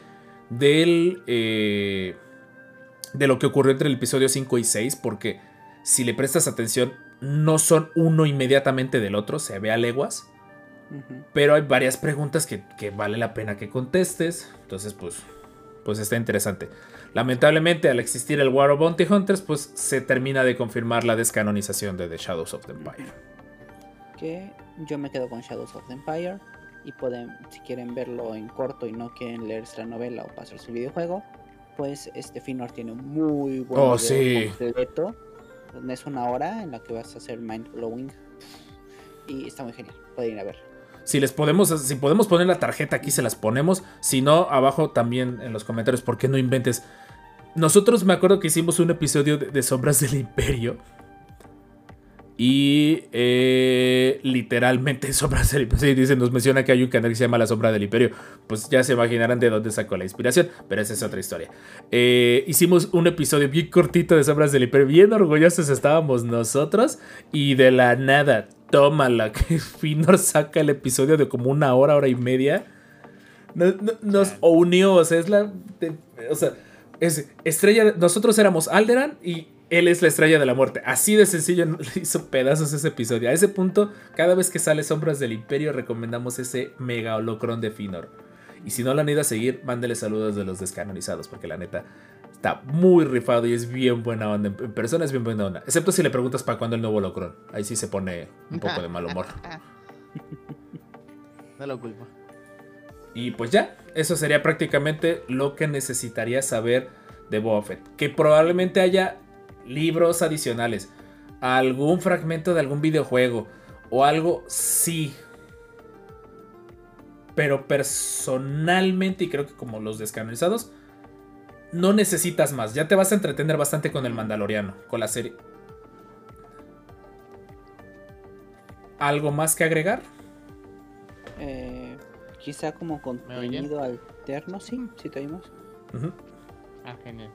de lo que ocurrió entre el episodio 5 y 6, porque si le prestas atención no son uno inmediatamente del otro, se ve a leguas. Pero hay varias preguntas que vale la pena que contestes. Entonces pues está interesante. Lamentablemente, al existir el War of Bounty Hunters, pues se termina de confirmar la descanonización de The Shadows of the Empire. Que yo me quedo con Shadows of the Empire. Y si quieren verlo en corto y no quieren leerse la novela o pasarse el videojuego, pues Fëanor tiene un muy buen video completo. Es 1 hora en la que vas a hacer mind blowing. Y está muy genial, pueden ir a ver. Si podemos poner la tarjeta aquí, se las ponemos. Si no, abajo también en los comentarios, ¿por qué no inventes? Nosotros me acuerdo que hicimos un episodio de Sombras del Imperio. Y literalmente Sombras del Imperio. Dicen, nos menciona que hay un canal que se llama La Sombra del Imperio. Pues ya se imaginarán de dónde sacó la inspiración. Pero esa es otra historia. Hicimos un episodio bien cortito de Sombras del Imperio. Bien orgullosos estábamos nosotros. Y de la nada, tómala, que Fëanor saca el episodio de como 1 hora, hora y media. Nos unió, o sea, es estrella. Nosotros éramos Alderaan y él es la estrella de la muerte. Así de sencillo, le hizo pedazos ese episodio. A ese punto, cada vez que sale Sombras del Imperio, recomendamos ese mega holocrón de Fëanor. Y si no lo han ido a seguir, mándele saludos de los descanonizados, porque la neta está muy rifado y es bien buena onda. En persona es bien buena onda. Excepto si le preguntas para cuándo el nuevo holocrón. Ahí sí se pone un poco de mal humor. No lo culpo. Y pues ya, eso sería prácticamente lo que necesitaría saber de Boba Fett. Que probablemente haya libros adicionales, algún fragmento de algún videojuego o algo, sí. Pero personalmente, y creo que como los descanonizados, no necesitas más. Ya te vas a entretener bastante con el Mandaloriano, con la serie. ¿Algo más que agregar? Quizá como contenido alterno. Sí, te oímos. Genial.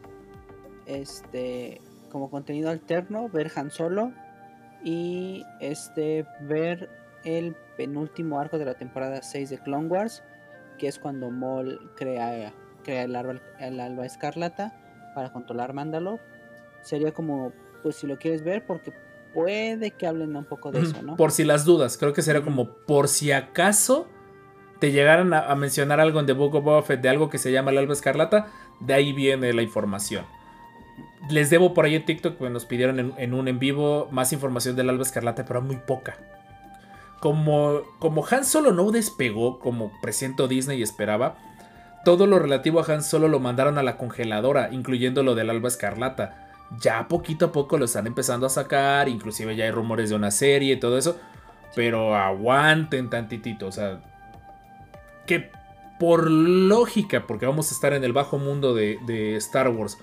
Como contenido alterno, ver Han Solo y ver el penúltimo arco de la temporada 6 de Clone Wars, que es cuando Maul crea el alba escarlata para controlar Mandalore. Sería como, pues si lo quieres ver, porque puede que hablen un poco de eso, ¿no? Por si las dudas, creo que sería como por si acaso te llegaran a mencionar algo en The Book of Boba Fett de algo que se llama el alba escarlata, de ahí viene la información. Les debo por ahí en TikTok, pues nos pidieron en un en vivo más información del Alba Escarlata, pero muy poca. Como Han Solo no despegó como presiento Disney esperaba, todo lo relativo a Han Solo lo mandaron a la congeladora, incluyendo lo del Alba Escarlata. Ya poquito a poco lo están empezando a sacar, inclusive ya hay rumores de una serie y todo eso, pero aguanten tantitito, o sea, que por lógica, porque vamos a estar en el bajo mundo de Star Wars,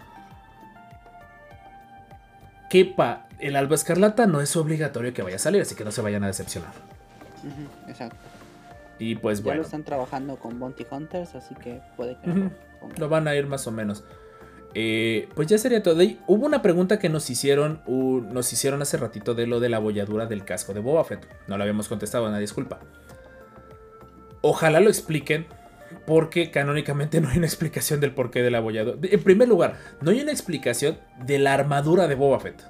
quepa el Alba Escarlata, no es obligatorio que vaya a salir, así que no se vayan a decepcionar. Exacto. Y pues Ya bueno, lo están trabajando con Bounty Hunters, así que puede que lo van a ir más o menos. Pues ya sería todo. Y hubo una pregunta que nos hicieron hace ratito de lo de la abolladura del casco de Boba Fett. No lo habíamos contestado, una disculpa. Ojalá lo expliquen, porque canónicamente no hay una explicación del porqué de la abolladura. En primer lugar, no hay una explicación de la armadura de Boba Fett.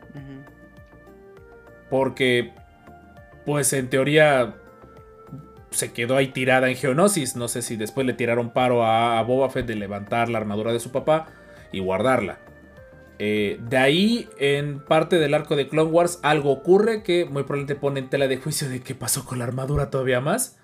Porque, pues en teoría, se quedó ahí tirada en Geonosis. No sé si después le tiraron paro a Boba Fett de levantar la armadura de su papá y guardarla. De ahí, en parte del arco de Clone Wars, algo ocurre que muy probablemente pone en tela de juicio de qué pasó con la armadura todavía más.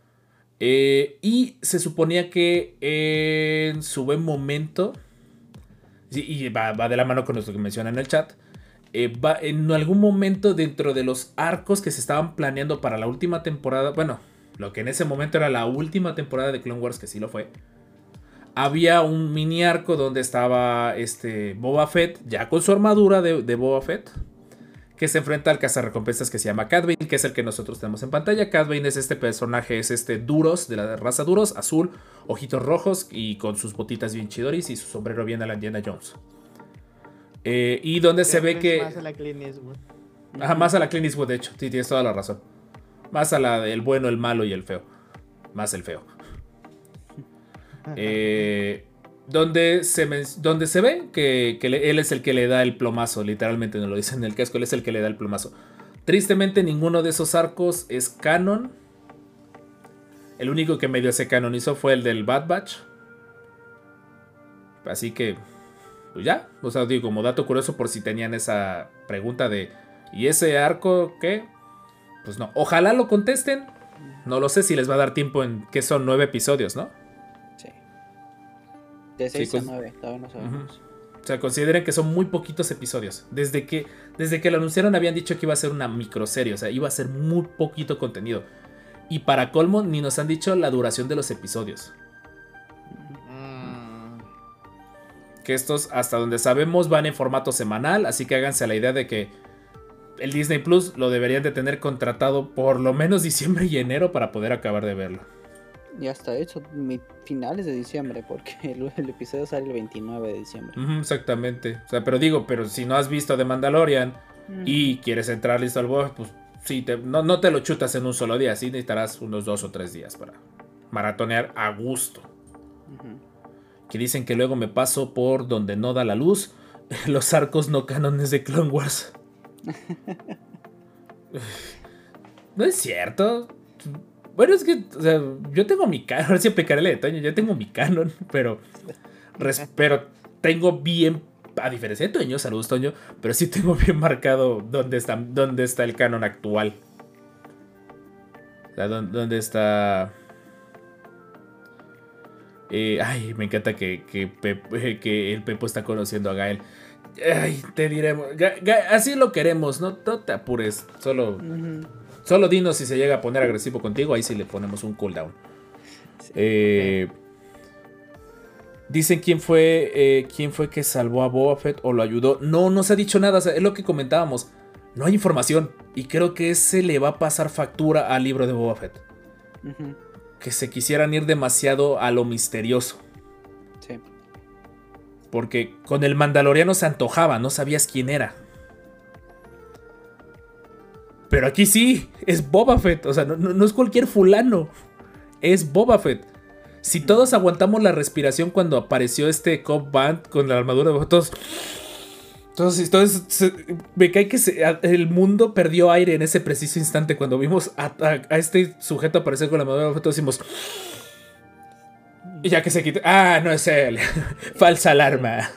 Y se suponía que en su buen momento, y va de la mano con lo que mencionan en el chat, en algún momento dentro de los arcos que se estaban planeando para la última temporada, bueno, lo que en ese momento era la última temporada de Clone Wars, que sí lo fue, había un mini arco donde estaba Boba Fett, ya con su armadura de Boba Fett, que se enfrenta al cazarrecompensas que se llama Cad Bane, que es el que nosotros tenemos en pantalla. Cad Bane es este personaje, es Duros, de la raza Duros, azul, ojitos rojos y con sus botitas bien chidoris y su sombrero bien a la Indiana Jones. Y donde se ve que... Más a la Clint Eastwood. Ajá, más a la Clint Eastwood, de hecho, sí, tienes toda la razón. Más a la del bueno, el malo y el feo. Más el feo. Donde se ve que él es el que le da el plomazo. Literalmente no lo dicen en el casco, él es el que le da el plomazo. Tristemente ninguno de esos arcos es canon. El único que medio se canonizó fue el del Bad Batch. Así que pues ya, o sea, digo, como dato curioso por si tenían esa pregunta de ¿y ese arco qué? Pues no, ojalá lo contesten. No lo sé si les va a dar tiempo en que son 9 episodios, ¿no? Sí. De 6 a 9, todavía no sabemos. O sea, consideren que son muy poquitos episodios. Desde que lo anunciaron habían dicho que iba a ser una microserie, o sea, iba a ser muy poquito contenido. Y para colmo, ni nos han dicho la duración de los episodios. Que estos, hasta donde sabemos, van en formato semanal, así que háganse la idea de que el Disney Plus lo deberían de tener contratado por lo menos diciembre y enero para poder acabar de verlo. Y hasta eso, finales de diciembre, porque el episodio sale el 29 de diciembre. Exactamente. O sea, pero si no has visto The Mandalorian y quieres entrar listo al juego, pues sí, no te lo chutas en un solo día, sí necesitarás unos 2 o 3 días para maratonear a gusto. Que dicen que luego me paso por donde no da la luz los arcos no cánones de Clone Wars. No es cierto. Bueno, es que, o sea, yo tengo mi canon. Ahora sí aplicaré el de Toño. Yo tengo mi canon, pero tengo bien, a diferencia de Toño, saludos Toño, pero sí tengo bien marcado dónde está el canon actual. O sea, dónde está. Ay, me encanta que el Pepo está conociendo a Gael. Ay, te diremos. Así lo queremos, no te apures. Solo dinos si se llega a poner agresivo contigo. Ahí sí le ponemos un cooldown. Sí. Dicen quién fue que salvó a Boba Fett o lo ayudó. No se ha dicho nada. O sea, es lo que comentábamos. No hay información. Y creo que ese le va a pasar factura al libro de Boba Fett. Que se quisieran ir demasiado a lo misterioso. Sí. Porque con el Mandaloriano se antojaba, no sabías quién era. Pero aquí sí, es Boba Fett. O sea, no es cualquier fulano. Es Boba Fett. Si todos aguantamos la respiración cuando apareció Cobb Vanth con la armadura de Boba Fett, entonces me cae que el mundo perdió aire en ese preciso instante cuando vimos a este sujeto aparecer con la armadura de Boba Fett. Todos decimos, y ya que se quita, no es él. Falsa alarma.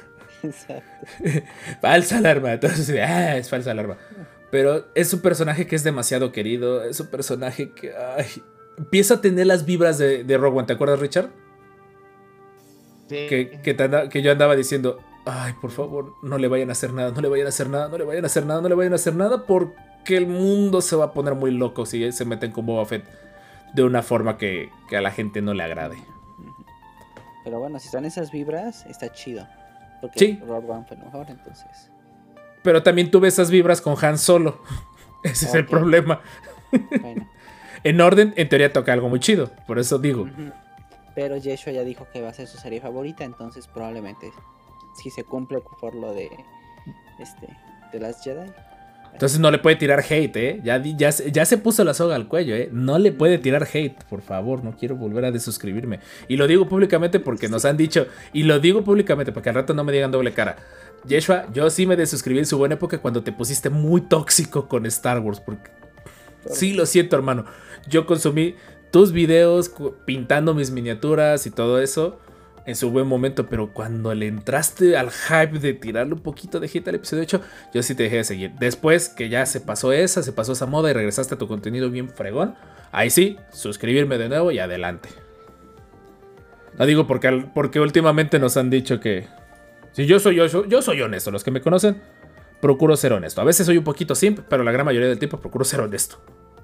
Exacto. Falsa alarma. Entonces, es falsa alarma. Pero es un personaje que es demasiado querido. Es un personaje que empieza a tener las vibras de Rogue One. ¿Te acuerdas, Richard? Sí. Que yo andaba diciendo, ay, por favor, no le vayan a hacer nada, no le vayan a hacer nada, no le vayan a hacer nada, no le vayan a hacer nada, porque el mundo se va a poner muy loco si se meten con Boba Fett de una forma que a la gente no le agrade. Pero bueno, si son esas vibras, está chido. Porque Sí. Rogue One fue mejor, entonces. Pero también tuve esas vibras con Han Solo. Ese es el Ok. problema. Bueno. En orden, en teoría toca algo muy chido. Por eso digo. Ujú. Pero Yeshua ya dijo que va a ser su serie favorita, entonces probablemente si se cumple por lo de The Last Jedi. Entonces no le puede tirar hate, ¿eh? Ya se puso la soga al cuello, ¿eh? No le puede tirar hate, por favor. No quiero volver a desuscribirme. Y lo digo públicamente porque nos han dicho. Y lo digo públicamente porque al rato no me digan doble cara. Yeshua, yo sí me desuscribí en su buena época cuando te pusiste muy tóxico con Star Wars. Porque sí, lo siento, hermano. Yo consumí tus videos pintando mis miniaturas y todo eso en su buen momento, pero cuando le entraste al hype de tirarle un poquito de hate al episodio 8, yo sí te dejé de seguir. Después que ya se pasó esa moda y regresaste a tu contenido bien fregón, ahí sí, suscribirme de nuevo y adelante. No digo porque últimamente nos han dicho que si yo soy honesto, los que me conocen, procuro ser honesto. A veces soy un poquito simp, pero la gran mayoría del tiempo procuro ser honesto.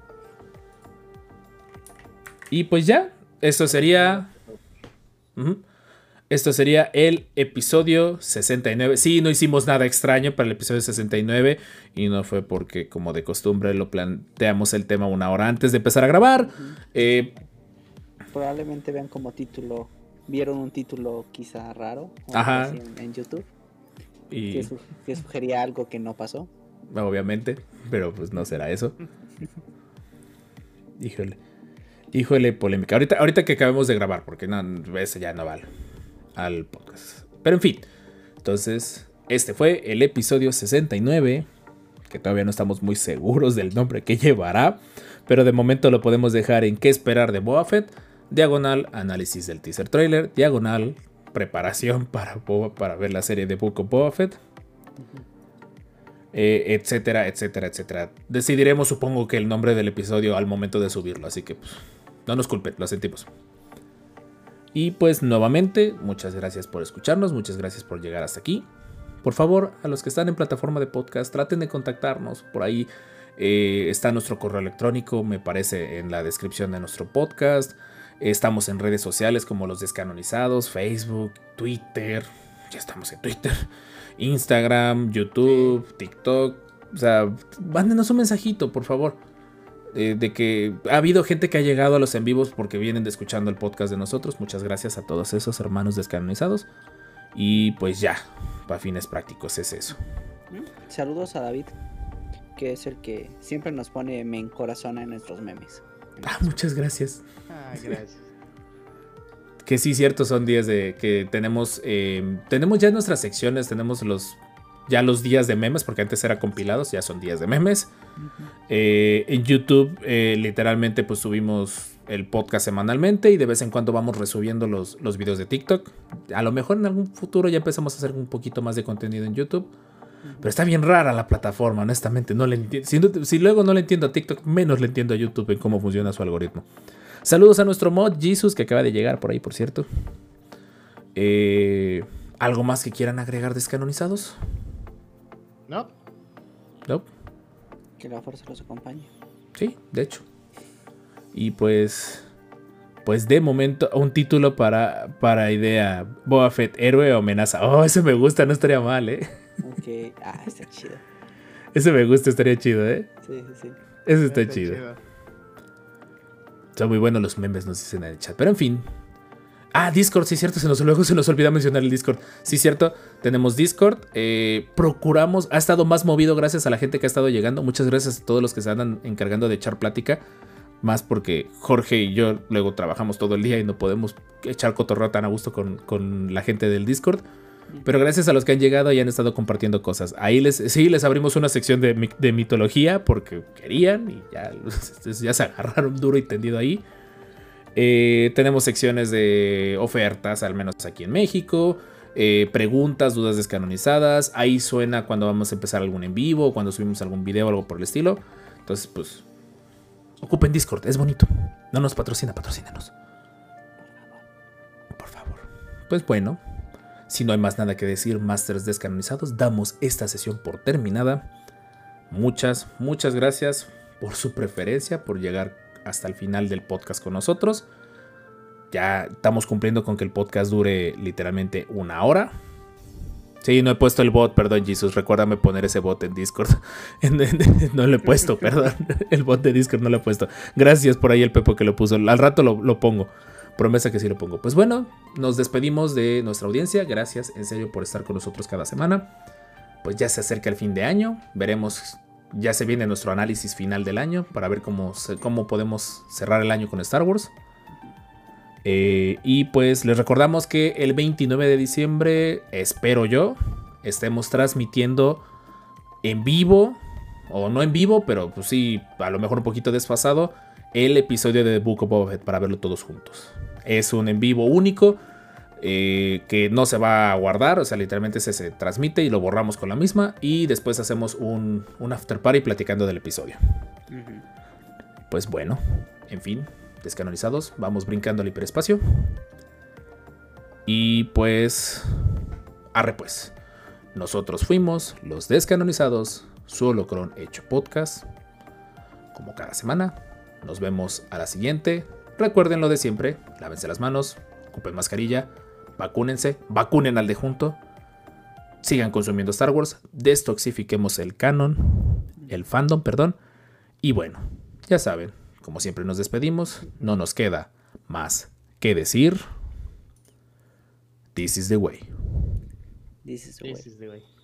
Y pues ya, esto sería... Esto sería el episodio 69. Sí, no hicimos nada extraño para el episodio 69. Y no fue porque, como de costumbre, lo planteamos el tema una hora antes de empezar a grabar. Probablemente vean como título, vieron un título quizá raro o Ajá. algo así en YouTube Y que sugería algo que no pasó. obviamente, pero pues no será eso. Híjole, polémica. Ahorita que acabemos de grabar, porque no, ese ya no vale al podcast. Pero en fin, entonces este fue el episodio 69, que todavía no estamos muy seguros del nombre que llevará, pero de momento lo podemos dejar en qué esperar de Boba Fett, diagonal análisis del teaser trailer, diagonal preparación para ver la serie de Book of Boba Fett, etcétera, etcétera, etcétera. Decidiremos, supongo, que el nombre del episodio al momento de subirlo, así que pues, no nos culpen, lo sentimos. Y pues nuevamente, muchas gracias por escucharnos, muchas gracias por llegar hasta aquí. Por favor, a los que están en plataforma de podcast, traten de contactarnos. Por ahí está nuestro correo electrónico, me parece en la descripción de nuestro podcast. Estamos en redes sociales como Los Descanonizados, Facebook, Twitter. Ya estamos en Twitter, Instagram, YouTube, TikTok. O sea, mándenos un mensajito, por favor. De que ha habido gente que ha llegado a los en vivos porque vienen escuchando el podcast de nosotros. Muchas gracias a todos esos hermanos descanonizados. Y pues ya, para fines prácticos es eso. Saludos a David, que es el que siempre nos pone me encorazona en nuestros memes. Muchas gracias. Gracias. Que sí, cierto, son días de que tenemos ya nuestras secciones, tenemos los días de memes, porque antes era compilados, ya son días de memes. En YouTube literalmente pues subimos el podcast semanalmente y de vez en cuando vamos resubiendo los videos de TikTok. A lo mejor en algún futuro ya empezamos a hacer un poquito más de contenido en YouTube. Pero está bien rara la plataforma, honestamente. No le entiendo. Si luego no le entiendo a TikTok, menos le entiendo a YouTube en cómo funciona su algoritmo. Saludos a nuestro mod Jesus, que acaba de llegar por ahí, por cierto. ¿Algo más que quieran agregar descanonizados? ¿No? ¿No? Que la fuerza los acompañe. Sí, de hecho. Y pues de momento, un título para idea. Boba Fett, héroe o amenaza. Oh, ese me gusta, no estaría mal, Ok, está chido. Ese me gusta, estaría chido, Sí. Ese está chido. Son muy buenos los memes, nos dicen en el chat. Pero en fin. Discord, sí, cierto. Luego se nos olvida mencionar el Discord. Sí, cierto. Tenemos Discord. Procuramos. Ha estado más movido gracias a la gente que ha estado llegando. Muchas gracias a todos los que se andan encargando de echar plática. Más porque Jorge y yo luego trabajamos todo el día y no podemos echar cotorreo tan a gusto con la gente del Discord. Pero gracias a los que han llegado y han estado compartiendo cosas. Ahí les abrimos una sección de mitología porque querían y ya se agarraron duro y tendido ahí. Tenemos secciones de ofertas, al menos aquí en México. preguntas, dudas descanonizadas. Ahí suena cuando vamos a empezar algún en vivo, cuando subimos algún video o algo por el estilo. Entonces, pues, ocupen Discord, es bonito. No nos patrocínenos. Por favor. Pues bueno, si no hay más nada que decir, Masters Descanonizados, damos esta sesión por terminada. Muchas gracias por su preferencia, por llegar hasta el final del podcast con nosotros. Ya estamos cumpliendo con que el podcast dure literalmente 1 hora. Sí, no he puesto el bot, perdón, Jesus. Recuérdame poner ese bot en Discord. No lo he puesto, perdón. El bot de Discord no lo he puesto. Gracias por ahí el Pepo que lo puso. Al rato lo pongo. Promesa que sí lo pongo. Pues bueno, nos despedimos de nuestra audiencia. Gracias, en serio, por estar con nosotros cada semana. Pues ya se acerca el fin de año. Veremos, ya se viene nuestro análisis final del año para ver cómo podemos cerrar el año con Star Wars. Y pues les recordamos que el 29 de diciembre, espero yo, estemos transmitiendo en vivo, o no en vivo, pero pues sí, a lo mejor un poquito desfasado, el episodio de The Book of Boba Fett para verlo todos juntos. Es un en vivo único que no se va a guardar, o sea, literalmente se transmite y lo borramos con la misma y después hacemos un after party platicando del episodio. Pues bueno, en fin. Descanonizados, vamos brincando al hiperespacio. Y pues, arre pues, nosotros fuimos los Descanonizados, su Holocron hecho podcast. Como cada semana, nos vemos a la siguiente. Recuerden lo de siempre, lávense las manos, ocupen mascarilla, vacúnense, vacunen al de junto, sigan consumiendo Star Wars, destoxifiquemos el canon, el fandom, perdón. Y bueno, ya saben, como siempre nos despedimos, no nos queda más que decir: This is the way. This is the way.